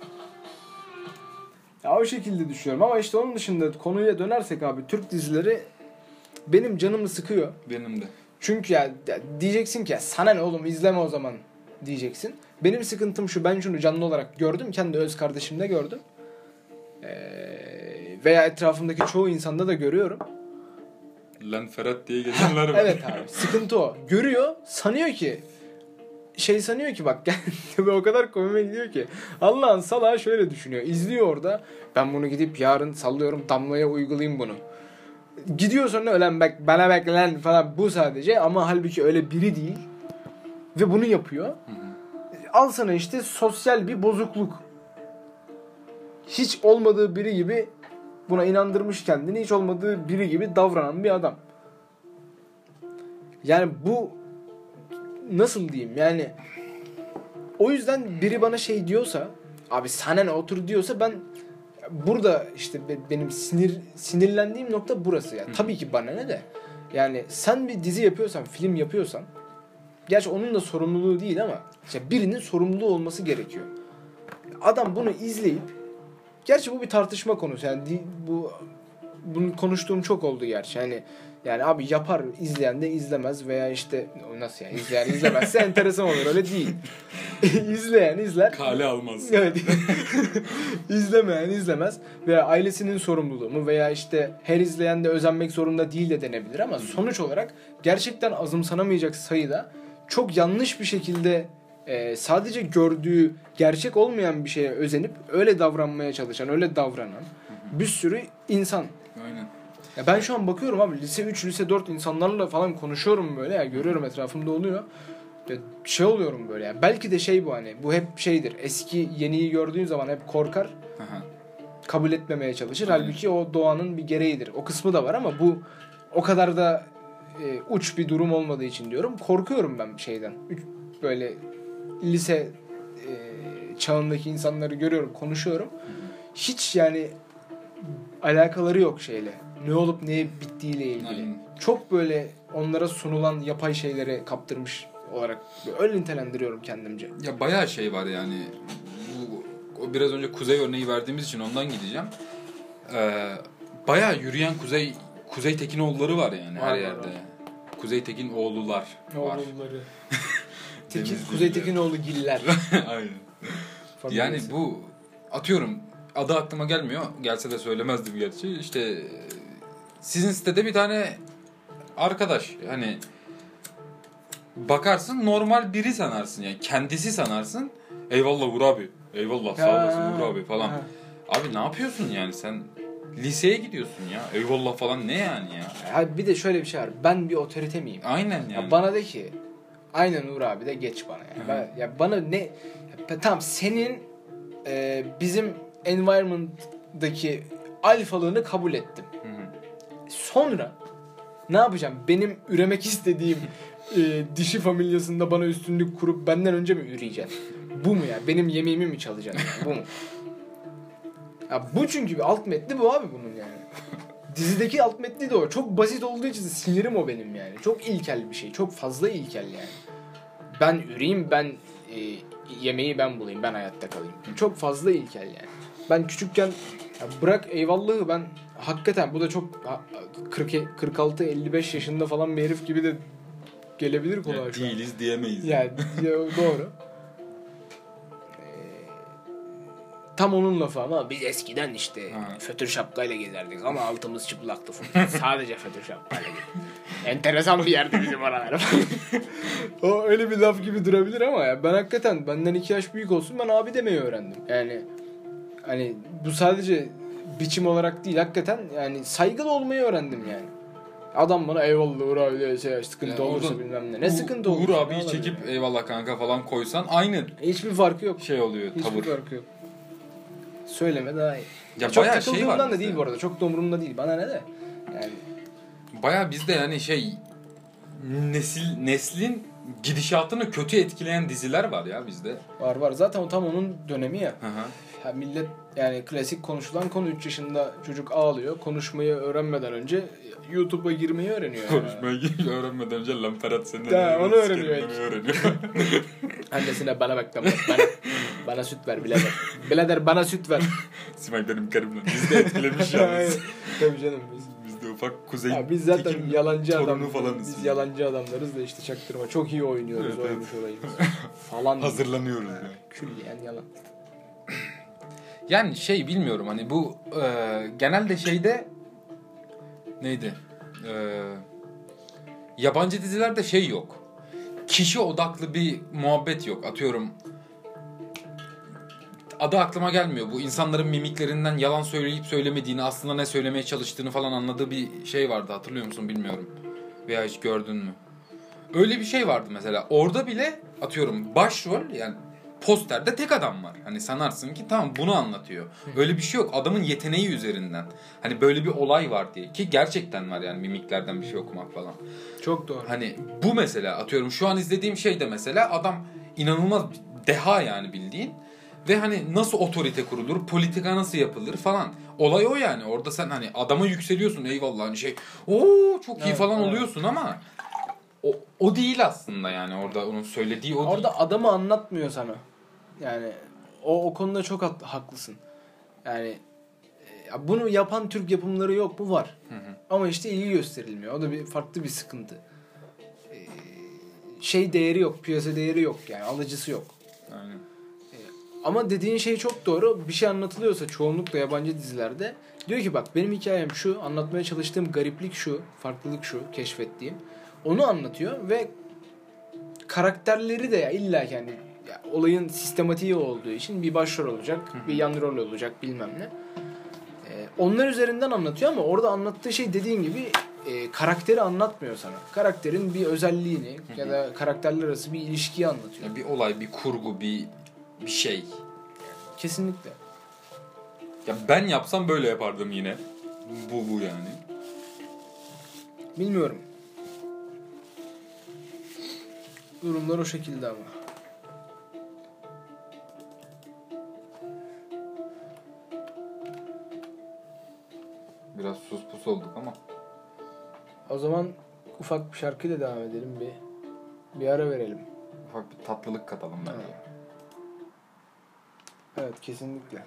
Ya o şekilde düşünüyorum ama işte onun dışında konuya dönersek abi Türk dizileri benim canımı sıkıyor. Benim de. Çünkü ya, ya diyeceksin ki ya sana ne oğlum izleme o zaman diyeceksin. Benim sıkıntım şu, ben şunu canlı olarak gördüm. Kendi öz kardeşimde gördüm. Ee, veya etrafımdaki çoğu insanda da görüyorum. Lan Ferhat diye geçenler var. Evet abi sıkıntı o. Görüyor sanıyor ki şey sanıyor ki bak o kadar komime gidiyor ki Allah'ın salağı şöyle düşünüyor. İzliyor orada ben bunu gidip yarın sallıyorum Damla'ya uygulayayım bunu. Gidiyor sonra ölen bak bana bak lan falan bu sadece ama halbuki öyle biri değil. Ve bunu yapıyor. Hı hı. Al sana işte sosyal bir bozukluk. Hiç olmadığı biri gibi buna inandırmış kendini. Hiç olmadığı biri gibi davranan bir adam. Yani bu nasıl diyeyim yani o yüzden biri bana şey diyorsa abi sana ne otur diyorsa ben burada işte benim sinir sinirlendiğim nokta burası yani. Tabii ki bana ne de yani sen bir dizi yapıyorsan film yapıyorsan gerçi onun da sorumluluğu değil ama işte birinin sorumluluğu olması gerekiyor. Adam bunu izleyip gerçi bu bir tartışma konusu yani bu bunu konuştuğum çok oldu gerçi yani yani abi yapar izleyen de izlemez veya işte nasıl yani izleyen izlemezse enteresan olur öyle değil. İzleyen izler. Kale almaz. Evet. İzlemeyen izlemez veya ailesinin sorumluluğu mu veya işte her izleyen de özenmek zorunda değil de denebilir ama sonuç olarak gerçekten azımsanamayacak sayıda çok yanlış bir şekilde e, sadece gördüğü gerçek olmayan bir şeye özenip öyle davranmaya çalışan, öyle davranan bir sürü insan. Aynen. Ya ben şu an bakıyorum abi lise üç, lise dört insanlarla falan konuşuyorum böyle ya görüyorum etrafımda oluyor. Ya şey oluyorum böyle ya. Belki de şey bu hani bu hep şeydir. Eski yeniyi gördüğün zaman hep korkar. Aha. Kabul etmemeye çalışır. Aynen. Halbuki o doğanın bir gereğidir. O kısmı da var ama bu o kadar da e, uç bir durum olmadığı için diyorum. Korkuyorum ben şeyden. Üç, böyle lise e, çağındaki insanları görüyorum, konuşuyorum. Hiç yani alakaları yok şeyle. Ne olup neye bittiğiyle ilgili. Aynen. Çok böyle onlara sunulan yapay şeylere kaptırmış olarak öyle nitelendiriyorum kendimce. Ya bayağı şey var yani. Bu, o biraz önce Kuzey örneği verdiğimiz için ondan gideceğim. Ee, bayağı yürüyen Kuzey Kuzey Tekinoğulları var yani Var, her var, yerde. var. Kuzey Tekinoğullar var. Oğulları. Tekin, Temiz Kuzey diller. Tekinoğlu Giller. Aynen. Yani bu atıyorum adı aklıma gelmiyor. Gelse de söylemezdim gerçi. İşte sizin sitede bir tane arkadaş hani bakarsın normal biri sanarsın yani kendisi sanarsın. Eyvallah Uğur abi. Eyvallah sağ olasın Uğur abi falan. Ha. Abi ne yapıyorsun yani sen liseye gidiyorsun ya. Eyvallah falan ne yani ya. Ya bir de şöyle bir şey var. Ben bir otorite miyim? Aynen yani. Ya bana de ki aynen Uğur abi de geç bana yani. Ben, ya bana ne ya, tamam senin e, bizim environment'daki alfalığını kabul ettim. Hı hı. Sonra ne yapacağım? Benim üremek istediğim e, dişi familyasında bana üstünlük kurup benden önce mi üreyeceksin? Bu mu ya? Benim yemeğimi mi çalacaksın? Yani? Bu mu? Ya bu çünkü bir alt metni bu abi bunun yani. Dizideki alt metni de o. Çok basit olduğu için sinirim o benim yani. Çok ilkel bir şey. Çok fazla ilkel yani. Ben üreyim, ben e, yemeği ben bulayım, ben hayatta kalayım. Çok fazla ilkel yani. Ben küçükken ya bırak eyvallahı ben hakikaten bu da çok kırk kırk altı elli beş yaşında falan bir herif gibi de gelebilir kulağa yani şu an. değiliz diyemeyiz. Yani doğru. Tam onun lafı ama biz eskiden işte ha. fötür şapkayla gezerdik ama altımız çıplaktı. Sadece fötür şapkayla gezerdik. Enteresan bir yerdi bizim oralar. O öyle bir laf gibi durabilir ama ya ben hakikaten benden iki yaş büyük olsun ben abi demeyi öğrendim. Yani hani bu sadece biçim olarak değil hakikaten yani saygılı olmayı öğrendim yani. Adam bana eyvallah Uğur abi diye şey, sıkıntı yani olursa bilmem ne. Ne sıkıntı olur? Uğur abiyi çekip yani. Eyvallah kanka falan koysan aynı. Hiçbir farkı yok. Şey oluyor Hiçbir tavır. Hiçbir farkı yok. Söyleme daha iyi. Ya çok takıldığımdan şey da bizde. değil bu arada. Çok da umurumda değil. Bana ne de. Yani. Bayağı bizde yani şey nesil neslin gidişatını kötü etkileyen diziler var ya bizde. Var var. Zaten o tam onun dönemi ya. Hı hı. Ya millet yani klasik konuşulan konu üç yaşında çocuk ağlıyor. Konuşmayı öğrenmeden önce YouTube'a girmeyi öğreniyor. Yani. Konuşmayı öğrenmeden önce lan Ferhat senin ya, onu öğreniyor. öğreniyor. Annesine bana bak tamam. Bana, bana süt ver birader. Birader bana süt ver. Simak benim karımla. Biz de etkilemiş yalnız. Tabii canım biz. Biz de ufak kuzey. Ya biz zaten yalancı adam falanız. Biz yalancı adamlarız da işte çaktırma. Çok iyi oynuyoruz evet, oymuş evet. olayımız. Falan. Hazırlanıyoruz yani. Külliyen yalan. Yani şey bilmiyorum hani bu e, genelde şeyde neydi? E, yabancı dizilerde şey yok. Kişi odaklı bir muhabbet yok. Atıyorum adı aklıma gelmiyor. Bu insanların mimiklerinden yalan söyleyip söylemediğini, aslında ne söylemeye çalıştığını falan anladığı bir şey vardı. Hatırlıyor musun bilmiyorum. Veya hiç gördün mü? Öyle bir şey vardı mesela. Orada bile atıyorum başrol yani posterde tek adam var. Hani sanarsın ki tamam bunu anlatıyor. Öyle bir şey yok. Adamın yeteneği üzerinden. Hani böyle bir olay var diye. Ki gerçekten var yani mimiklerden bir şey okumak falan. Çok doğru. Hani bu mesela atıyorum şu an izlediğim şey de mesela adam inanılmaz deha yani bildiğin. Ve hani nasıl otorite kurulur, politika nasıl yapılır falan. Olay o yani. Orada sen hani adama yükseliyorsun eyvallah hani şey. Ooo çok iyi evet, falan evet. oluyorsun ama o, o değil aslında yani orada onun söylediği o orada değil. Adamı anlatmıyor sana. Yani o o konuda çok ha- haklısın. Yani e, bunu yapan Türk yapımları yok mu? Var. Hı hı. Ama işte ilgi gösterilmiyor. O da bir farklı bir sıkıntı. E, şey değeri yok, piyasa değeri yok yani alıcısı yok. Aynen. E, ama dediğin şey çok doğru. Bir şey anlatılıyorsa çoğunlukla yabancı dizilerde diyor ki bak benim hikayem şu, anlatmaya çalıştığım gariplik şu, farklılık şu, keşfettiğim. Onu anlatıyor ve karakterleri de ya illa ki yani ya, olayın sistematiği olduğu için bir başrol olacak, hı hı. bir yan rol olacak bilmem ne. Ee, onlar üzerinden anlatıyor ama orada anlattığı şey dediğin gibi e, karakteri anlatmıyor sana. Karakterin bir özelliğini hı hı. ya da karakterler arası bir ilişkiyi anlatıyor. Yani bir olay, bir kurgu, bir bir şey. Kesinlikle. Ya ben yapsam böyle yapardım yine. Bu bu yani. Bilmiyorum. Durumlar o şekilde ama. Biraz sus pus olduk ama. O zaman ufak bir şarkıyla devam edelim. Bir bir ara verelim. Ufak bir tatlılık katalım bence. Evet, evet kesinlikle.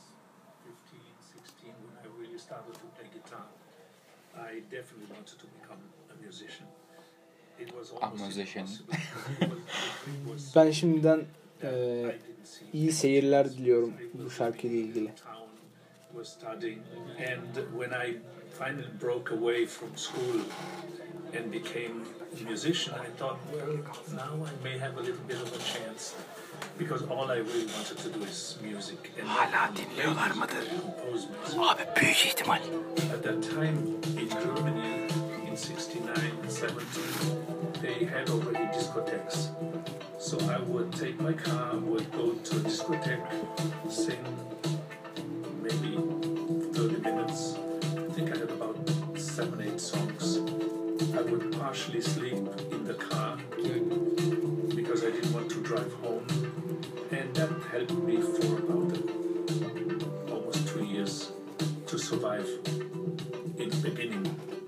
Ah musician. Ben şimdiden e, iyi seyirler diliyorum bu şarkıyla ilgili. Was studying, and when I finally broke away from school and became a musician, I thought, well, now I may have a little bit of a chance because all I really wanted to do is music. And hala dinliyorlar mıdır? Abi büyük ihtimal. At that time in Germany in sixty-nine and seventy, they had already discotheques. So I would take my car, would go to a discotheque, sing maybe thirty minutes. I think I had about seven, eight songs. I would partially sleep in the car because I didn't want to drive home. And survive in the beginning.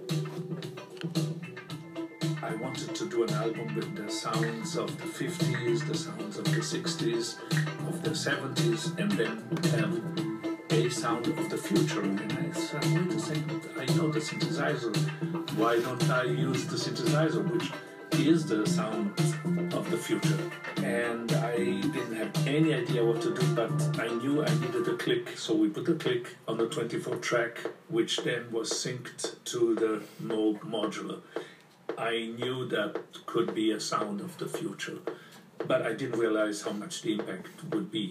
I wanted to do an album with the sounds of the fifties, the sounds of the sixties, of the seventies, and then have a sound of the future. And I said, wait a second, I know the synthesizer. Why don't I use the synthesizer, which is the sound of the future? And I didn't have any idea what to do, but I knew I needed a click, so we put a click on the twenty-four track, which then was synced to the Moog modular. I knew that could be a sound of the future, but I didn't realize how much the impact would be.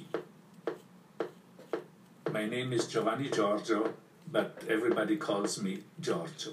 My name is Giovanni Giorgio, but everybody calls me Giorgio.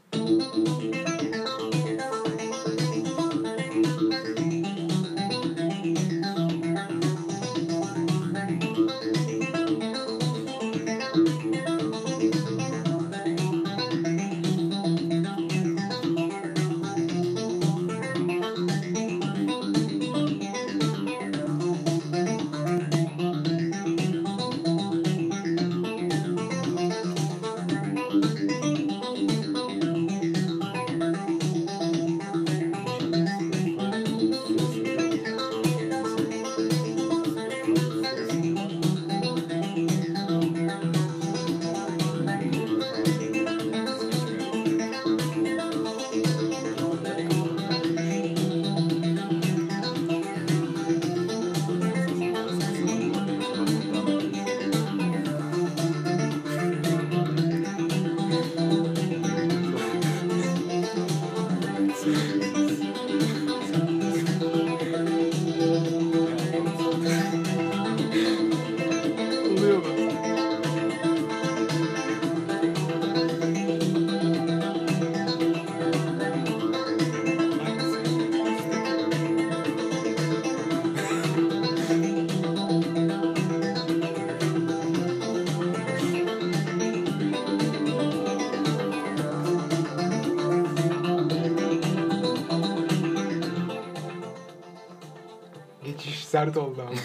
Sert oldu ama.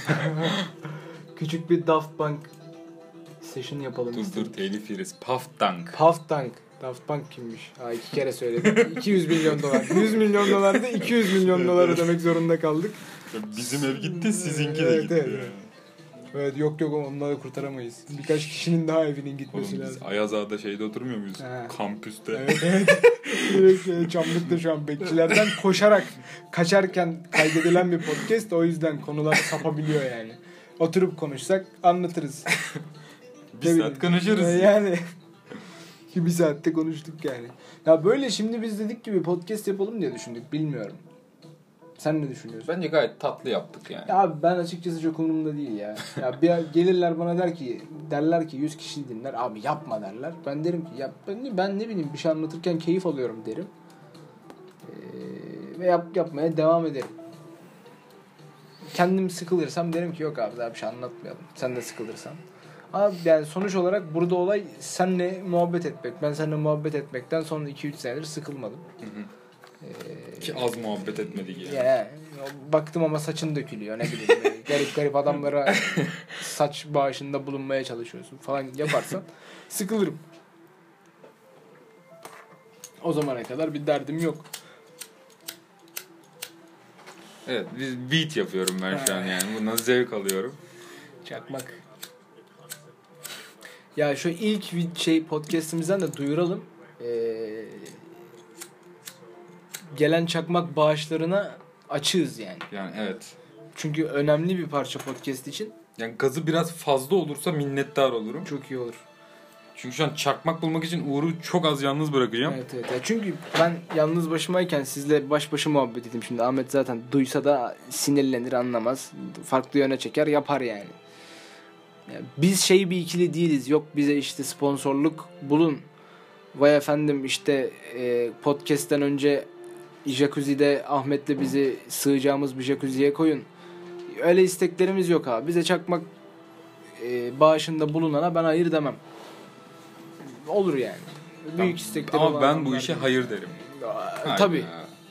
Küçük bir Daft Punk session yapalım Dur istedim. dur telif yeriz. Puff Dunk. Puff Dunk. Daft Punk kimmiş? Ha iki kere söyledim. iki yüz milyon dolar. yüz milyon dolarda iki yüz milyon dolar ödemek zorunda kaldık. Bizim ev gitti, sizinki de Evet, gitti. evet. Yani. Evet yok yok onları kurtaramayız. Birkaç kişinin daha evinin Oğlum gitmesi biz lazım. Ayaz Ağa'da şeyde oturmuyor muyuz? He. Kampüste. Evet evet. Direkt şey, Çamlık'ta şu an bekçilerden koşarak kaçarken kaydedilen bir podcast. O yüzden konular sapabiliyor yani. Oturup konuşsak anlatırız. Bir saat konuşuruz. Yani bir saatte konuştuk yani. Ya böyle şimdi biz dedik ki bir podcast yapalım diye düşündük. Bilmiyorum. Sen ne düşünüyorsun? Bence gayet tatlı yaptık yani. Ya abi ben açıkçası çok umurumda değil ya. Ya bir gelirler bana der ki derler ki yüz kişi dinler. Abi yapma derler. Ben derim ki ya ben, ben ne bileyim bir şey anlatırken keyif alıyorum derim. Ee, ve yap, yapmaya devam ederim. Kendim sıkılırsam derim ki yok abi daha bir şey anlatmayalım. Sen de sıkılırsan. Abi yani sonuç olarak burada olay seninle muhabbet etmek. Ben seninle muhabbet etmekten sonra iki üç senedir sıkılmadım. Hı hı. Ee, Ki az muhabbet etmedik yani. Ya, baktım ama saçın dökülüyor ne bileyim. Böyle garip garip adamlara saç bağışında bulunmaya çalışıyorsun falan yaparsan sıkılırım. O zamana kadar bir derdim yok. Evet, biz beat yapıyorum ben şu an yani. Bundan zevk alıyorum. Çakmak. Ya şu ilk vid- şey podcast'imizden de duyuralım. Ee, gelen çakmak bağışlarına açığız yani. Yani evet. Çünkü önemli bir parça podcast için. Yani gazı biraz fazla olursa minnettar olurum. Çok iyi olur. Çünkü şu an çakmak bulmak için Uğur'u çok az yalnız bırakacağım. Evet evet. Ya çünkü ben yalnız başımayken sizle baş başa muhabbet edeyim. Şimdi Ahmet zaten duysa da sinirlenir, anlamaz. Farklı yöne çeker, yapar yani. Ya biz şey bir ikili değiliz. Yok bize işte sponsorluk bulun. Vay efendim işte e, podcast'ten önce jacuzzi'de Ahmet'le bizi sığacağımız bir jacuzziye koyun. Öyle isteklerimiz yok abi. Bize çakmak e, bağışında bulunana ben hayır demem. Olur yani. Büyük istekleri Ama olan ben bu adamlar işe değil. hayır derim. Aa, tabii.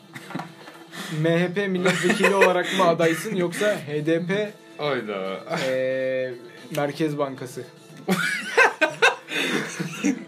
M H P milletvekili olarak mı adaysın yoksa H D P Hayda. e, Merkez Bankası?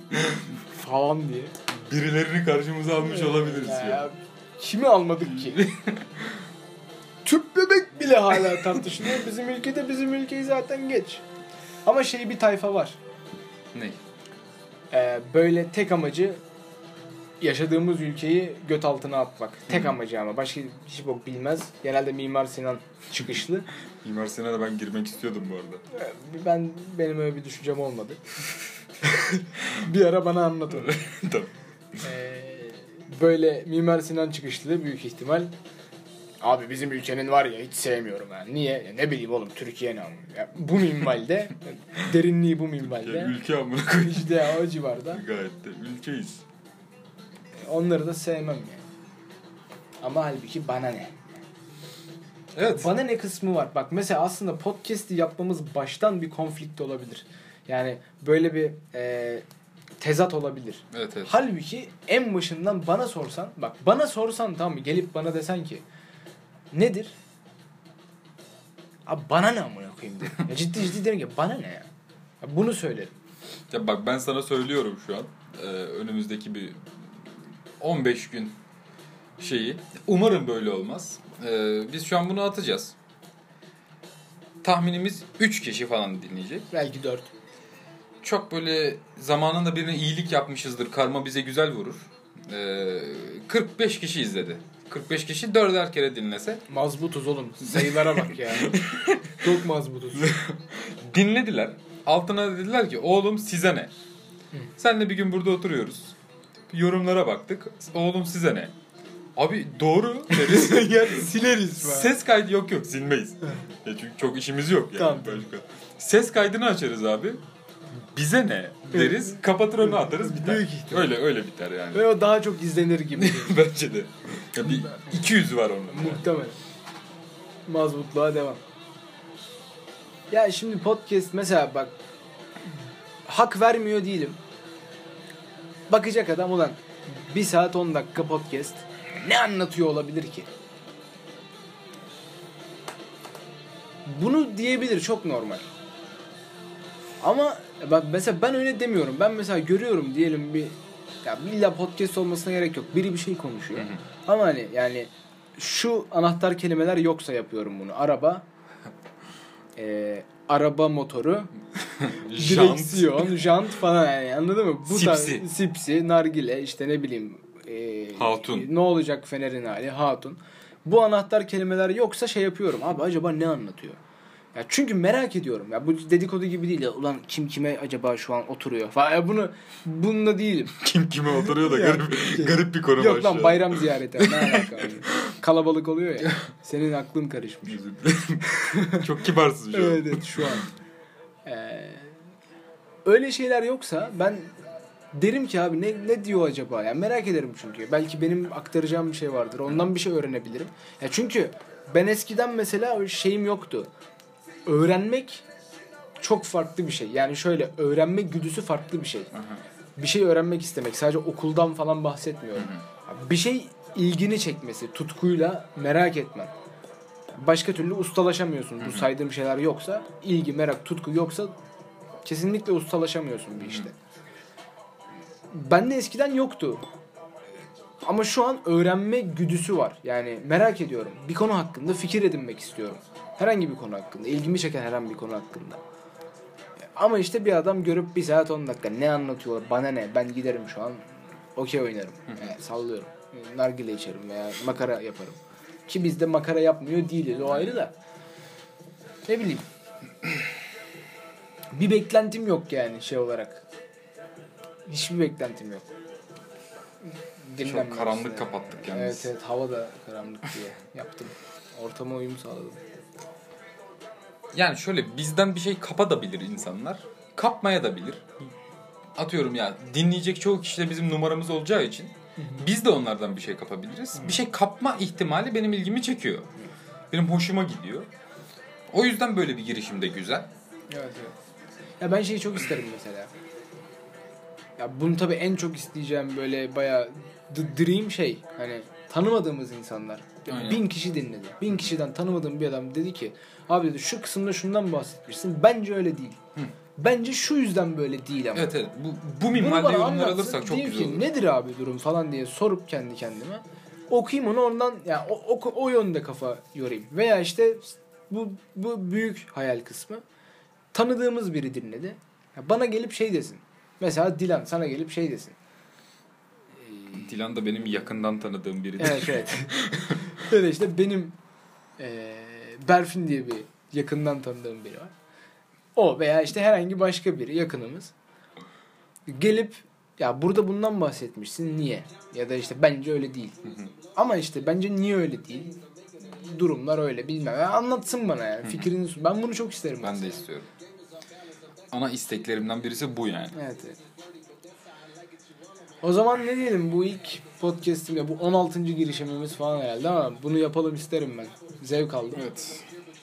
falan diye. Birilerini karşımıza almış olabiliriz ya. ya. Kimi almadık ki? Tüp bebek bile hala tartışılıyor. Bizim ülkede bizim ülkeyi zaten geç. Ama şey bir tayfa var. Ne? Ee, böyle tek amacı yaşadığımız ülkeyi göt altına atmak. Tek amacı ama. Başka hiç bok bilmez. Genelde Mimar Sinan çıkışlı. Mimar Sinan'a ben girmek istiyordum bu arada. Ee, Ben benim öyle bir düşüncem olmadı. Bir ara bana anlat onu. Tamam. Ee, böyle Mimar Sinan çıkışlı büyük ihtimal. Abi bizim ülkenin var ya hiç sevmiyorum yani. Niye? Ya ne bileyim oğlum Türkiye ne anlıyor? Ya bu minvalde, derinliği bu minvalde. Ülke amına koyayım. İşte o civarda. Gayet de ülkeyiz. Onları da sevmem yani. Ama halbuki bana ne? Evet. Bana ne kısmı var? Bak mesela aslında podcast'i yapmamız baştan bir konflikt olabilir. Yani böyle bir e, tezat olabilir. Evet, evet. Halbuki en başından bana sorsan, bak bana sorsan tamam mı? Gelip bana desen ki nedir? Abi bana ne amına koyayım derim. Ya ciddi ciddi derim ki bana ne ya? Ya bunu söylerim. Ya bak ben sana söylüyorum şu an. Ee, önümüzdeki bir on beş gün şeyi. Umarım böyle olmaz. Ee, biz şu an bunu atacağız. Tahminimiz üç kişi falan dinleyecek. Belki dört. Çok böyle zamanında birine iyilik yapmışızdır. Karma bize güzel vurur. Ee, kırk beş kişi izledi. kırk beş kişi dörder kere dinlese. Mazbutuz oğlum. Sayılara bak ya. Çok mazbutuz. Dinlediler. Altına dediler ki oğlum size ne? Senle bir gün burada oturuyoruz. Yorumlara baktık. Oğlum size ne? Abi doğru deriz. Yani sileriz falan. Ses kaydı yok yok silmeyiz. Ya çünkü çok işimiz yok yani. Tamam. Başka. Ses kaydını açarız abi. Bize ne deriz. Kapatır onu atarız biter. Büyük ihtimal. Öyle öyle biter yani. Ve o daha çok izlenir gibi. Bence de. Ya bir iki yüz var onun. Muhtemelen. Mazbutluğa devam. Ya şimdi podcast mesela bak hak vermiyor değilim. Bakacak adam ulan bir saat on dakika podcast ne anlatıyor olabilir ki? Bunu diyebilir çok normal. Ama bak mesela ben öyle demiyorum. Ben mesela görüyorum diyelim bir ya illa podcast olmasına gerek yok. Biri bir şey konuşuyor. Hı hı. Ama hani yani şu anahtar kelimeler yoksa yapıyorum bunu. Araba, e, araba motoru, direksiyon, jant falan yani anladın mı? Bu Sipsi. da sipsi, nargile işte ne bileyim. E, Hatun. Ne olacak fenerin hali? Hatun. Bu anahtar kelimeler yoksa şey yapıyorum. Abi acaba ne anlatıyor? Ya çünkü merak ediyorum. Ya bu dedikodu gibi değil ya. Ulan kim kime acaba şu an oturuyor falan. Ya bunu bununla değilim. Kim kime oturuyor da Ya, garip, garip bir konu Yok başlıyor. lan bayram ziyareti. Ne alaka? Kalabalık oluyor ya. Senin aklın karışmış. Özür dilerim. Çok kibarsın şu an. Evet, evet şu an. Ee, öyle şeyler yoksa ben derim ki abi ne ne diyor acaba? Yani merak ederim çünkü. Belki benim aktaracağım bir şey vardır. Ondan bir şey öğrenebilirim. Ya çünkü ben eskiden mesela şeyim yoktu. Öğrenmek çok farklı bir şey. Yani şöyle öğrenme güdüsü farklı bir şey. Aha. Bir şey öğrenmek istemek. Sadece okuldan falan bahsetmiyorum. Bir şey ilgini çekmesi, tutkuyla merak etmen. Başka türlü ustalaşamıyorsun. Bu saydığım şeyler yoksa, ilgi, merak, tutku yoksa kesinlikle ustalaşamıyorsun bir işte. Bende eskiden yoktu. Ama şu an öğrenme güdüsü var. Yani merak ediyorum. Bir konu hakkında fikir edinmek istiyorum. Herhangi bir konu hakkında. İlgimi çeken herhangi bir konu hakkında. Ama işte bir adam görüp bir saat on dakika ne anlatıyor bana ne ben giderim şu an okey oynarım. Yani sallıyorum. Nargile içerim veya makara yaparım. Ki biz de makara yapmıyor değiliz o ayrı da. Ne bileyim. Bir beklentim yok yani şey olarak. Hiçbir beklentim yok. Dinlenmem Çok karanlık işte. kapattık yalnız. Evet evet hava da karanlık diye yaptım. Ortama uyum sağladım. Yani şöyle bizden bir şey kapatabilir insanlar. Kapmaya da bilir. Atıyorum ya dinleyecek çoğu kişi de bizim numaramız olacağı için biz de onlardan bir şey kapabiliriz. Bir şey kapma ihtimali benim ilgimi çekiyor. Benim hoşuma gidiyor. O yüzden böyle bir girişim de güzel. Evet evet. Ya ben şeyi çok isterim mesela. Ya bunu tabii en çok isteyeceğim böyle bayağı the dream şey. Hani tanımadığımız insanlar. Aynen. Bin kişi dinledi. Bin kişiden tanımadığım bir adam dedi ki abi dedi şu kısımda şundan bahsetmişsin. Bence öyle değil. Hı. bence şu yüzden böyle değil ama. Evet evet. Bu, bu Bunu minvalde bana yorumlar anlatsın, alırsak çok diyeyim güzel ki, olur. nedir abi durum falan diye sorup kendi kendime okuyayım onu, ondan yani o, o, o yönde kafa yorayım. Veya işte bu bu büyük hayal kısmı, tanıdığımız biri dinledi. Ya bana gelip şey desin. Mesela Dilan sana gelip şey desin. Dilan da benim yakından tanıdığım biri. Evet evet. Böyle işte benim e, Berfin diye bir yakından tanıdığım biri var. O veya işte herhangi başka biri yakınımız gelip ya burada bundan bahsetmişsin niye? Ya da işte bence öyle değil. Ama işte bence niye öyle değil? Durumlar öyle bilmem. Yani anlatsın bana yani fikrini. Ben bunu çok isterim. Ben mesela. de istiyorum. Ana isteklerimden birisi bu yani. Evet, evet. O zaman ne diyelim, bu ilk podcast'im, bu on altıncı girişimimiz falan herhalde ama bunu yapalım isterim ben. Zevk aldım. Evet.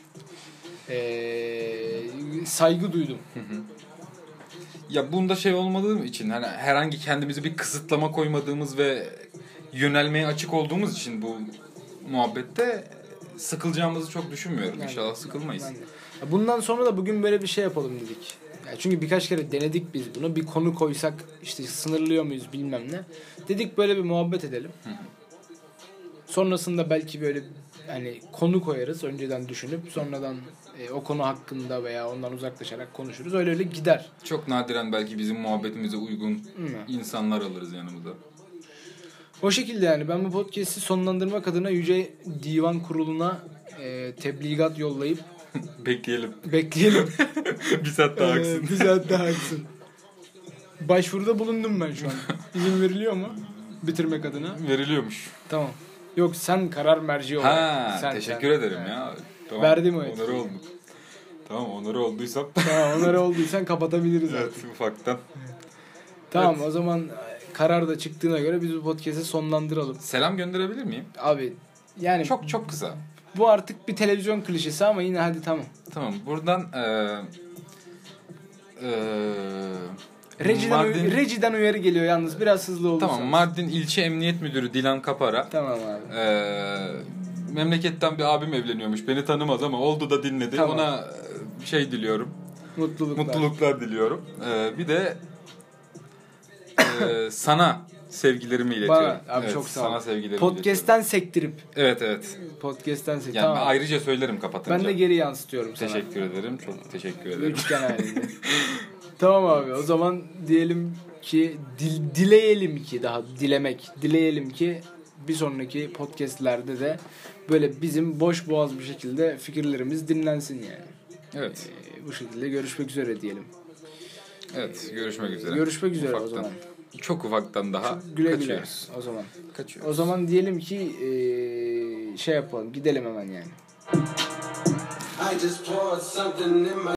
Ee, saygı duydum. Ya bunda şey olmadığı için hani herhangi kendimize bir kısıtlama koymadığımız ve yönelmeye açık olduğumuz için bu muhabbette sıkılacağımızı çok düşünmüyorum. Yani, İnşallah sıkılmayız. ben de. Ya bundan sonra da bugün böyle bir şey yapalım dedik. Ya çünkü birkaç kere denedik biz bunu. Bir konu koysak işte sınırlıyor muyuz bilmem ne. Dedik böyle bir muhabbet edelim. Hı hı. Sonrasında belki böyle hani konu koyarız önceden düşünüp sonradan e, o konu hakkında veya ondan uzaklaşarak konuşuruz. Öyle öyle gider. Çok nadiren belki bizim muhabbetimize uygun Hı. insanlar alırız yanımıza. O şekilde yani ben bu podcast'i sonlandırmak adına Yüce Divan Kurulu'na e, tebligat yollayıp Bekleyelim. bekleyelim. Bir saat daha aksın. Ee, bir saat daha aksın. Başvuruda bulundum ben şu an. İzin veriliyor mu? Bitirmek adına. Veriliyormuş. Tamam. Yok sen karar merci olarak. Ha, sen, teşekkür sen. ederim Evet. ya. Tamam. Verdim o Onları etkiyi. olduk. Tamam, onları olduysam. Tamam, onları olduysan kapatabiliriz Evet, artık. ufaktan. Tamam, Evet. o zaman karar da çıktığına göre biz bu podcast'i sonlandıralım. Selam gönderebilir miyim? Abi yani Çok çok kısa. bu artık bir televizyon klişesi ama yine hadi tamam. Tamam, buradan eee eee Reji'den, Mardin- uy- Reji'den uyarı geliyor yalnız, biraz hızlı olursanız. Tamam, Mardin İlçe Emniyet Müdürü Dilan Kapara. Tamam abi. Eee memleketten bir abim evleniyormuş. Beni tanımaz ama oldu da dinledi. Tamam. Ona e, şey diliyorum. Mutluluklar. Mutluluklar diliyorum. Eee, bir de eee, sana sevgilerimi iletiyorum. Bana abi Evet, çok sağ ol. Sana sevgilerimi Podcast'ten sektirip. iletiyorum. Evet evet. Podcast'ten sektirip. Yani tamam. ayrıca söylerim kapatınca. Ben de geri yansıtıyorum sana. Teşekkür ederim. Çok teşekkür ederim. Üçgen halinde. Tamam abi, o zaman diyelim ki dil, dileyelim ki daha dilemek dileyelim ki bir sonraki podcastlerde de böyle bizim boş boğaz bir şekilde fikirlerimiz dinlensin yani. Evet. Ee, bu şekilde görüşmek üzere diyelim. Evet. Görüşmek üzere. Görüşmek üzere Ufaktan. o zaman. Çok ufaktan daha Güle güle kaçıyoruz. o zaman. Kaçıyoruz. O zaman diyelim ki ee, şey yapalım, gidelim hemen yani. I just poured something in my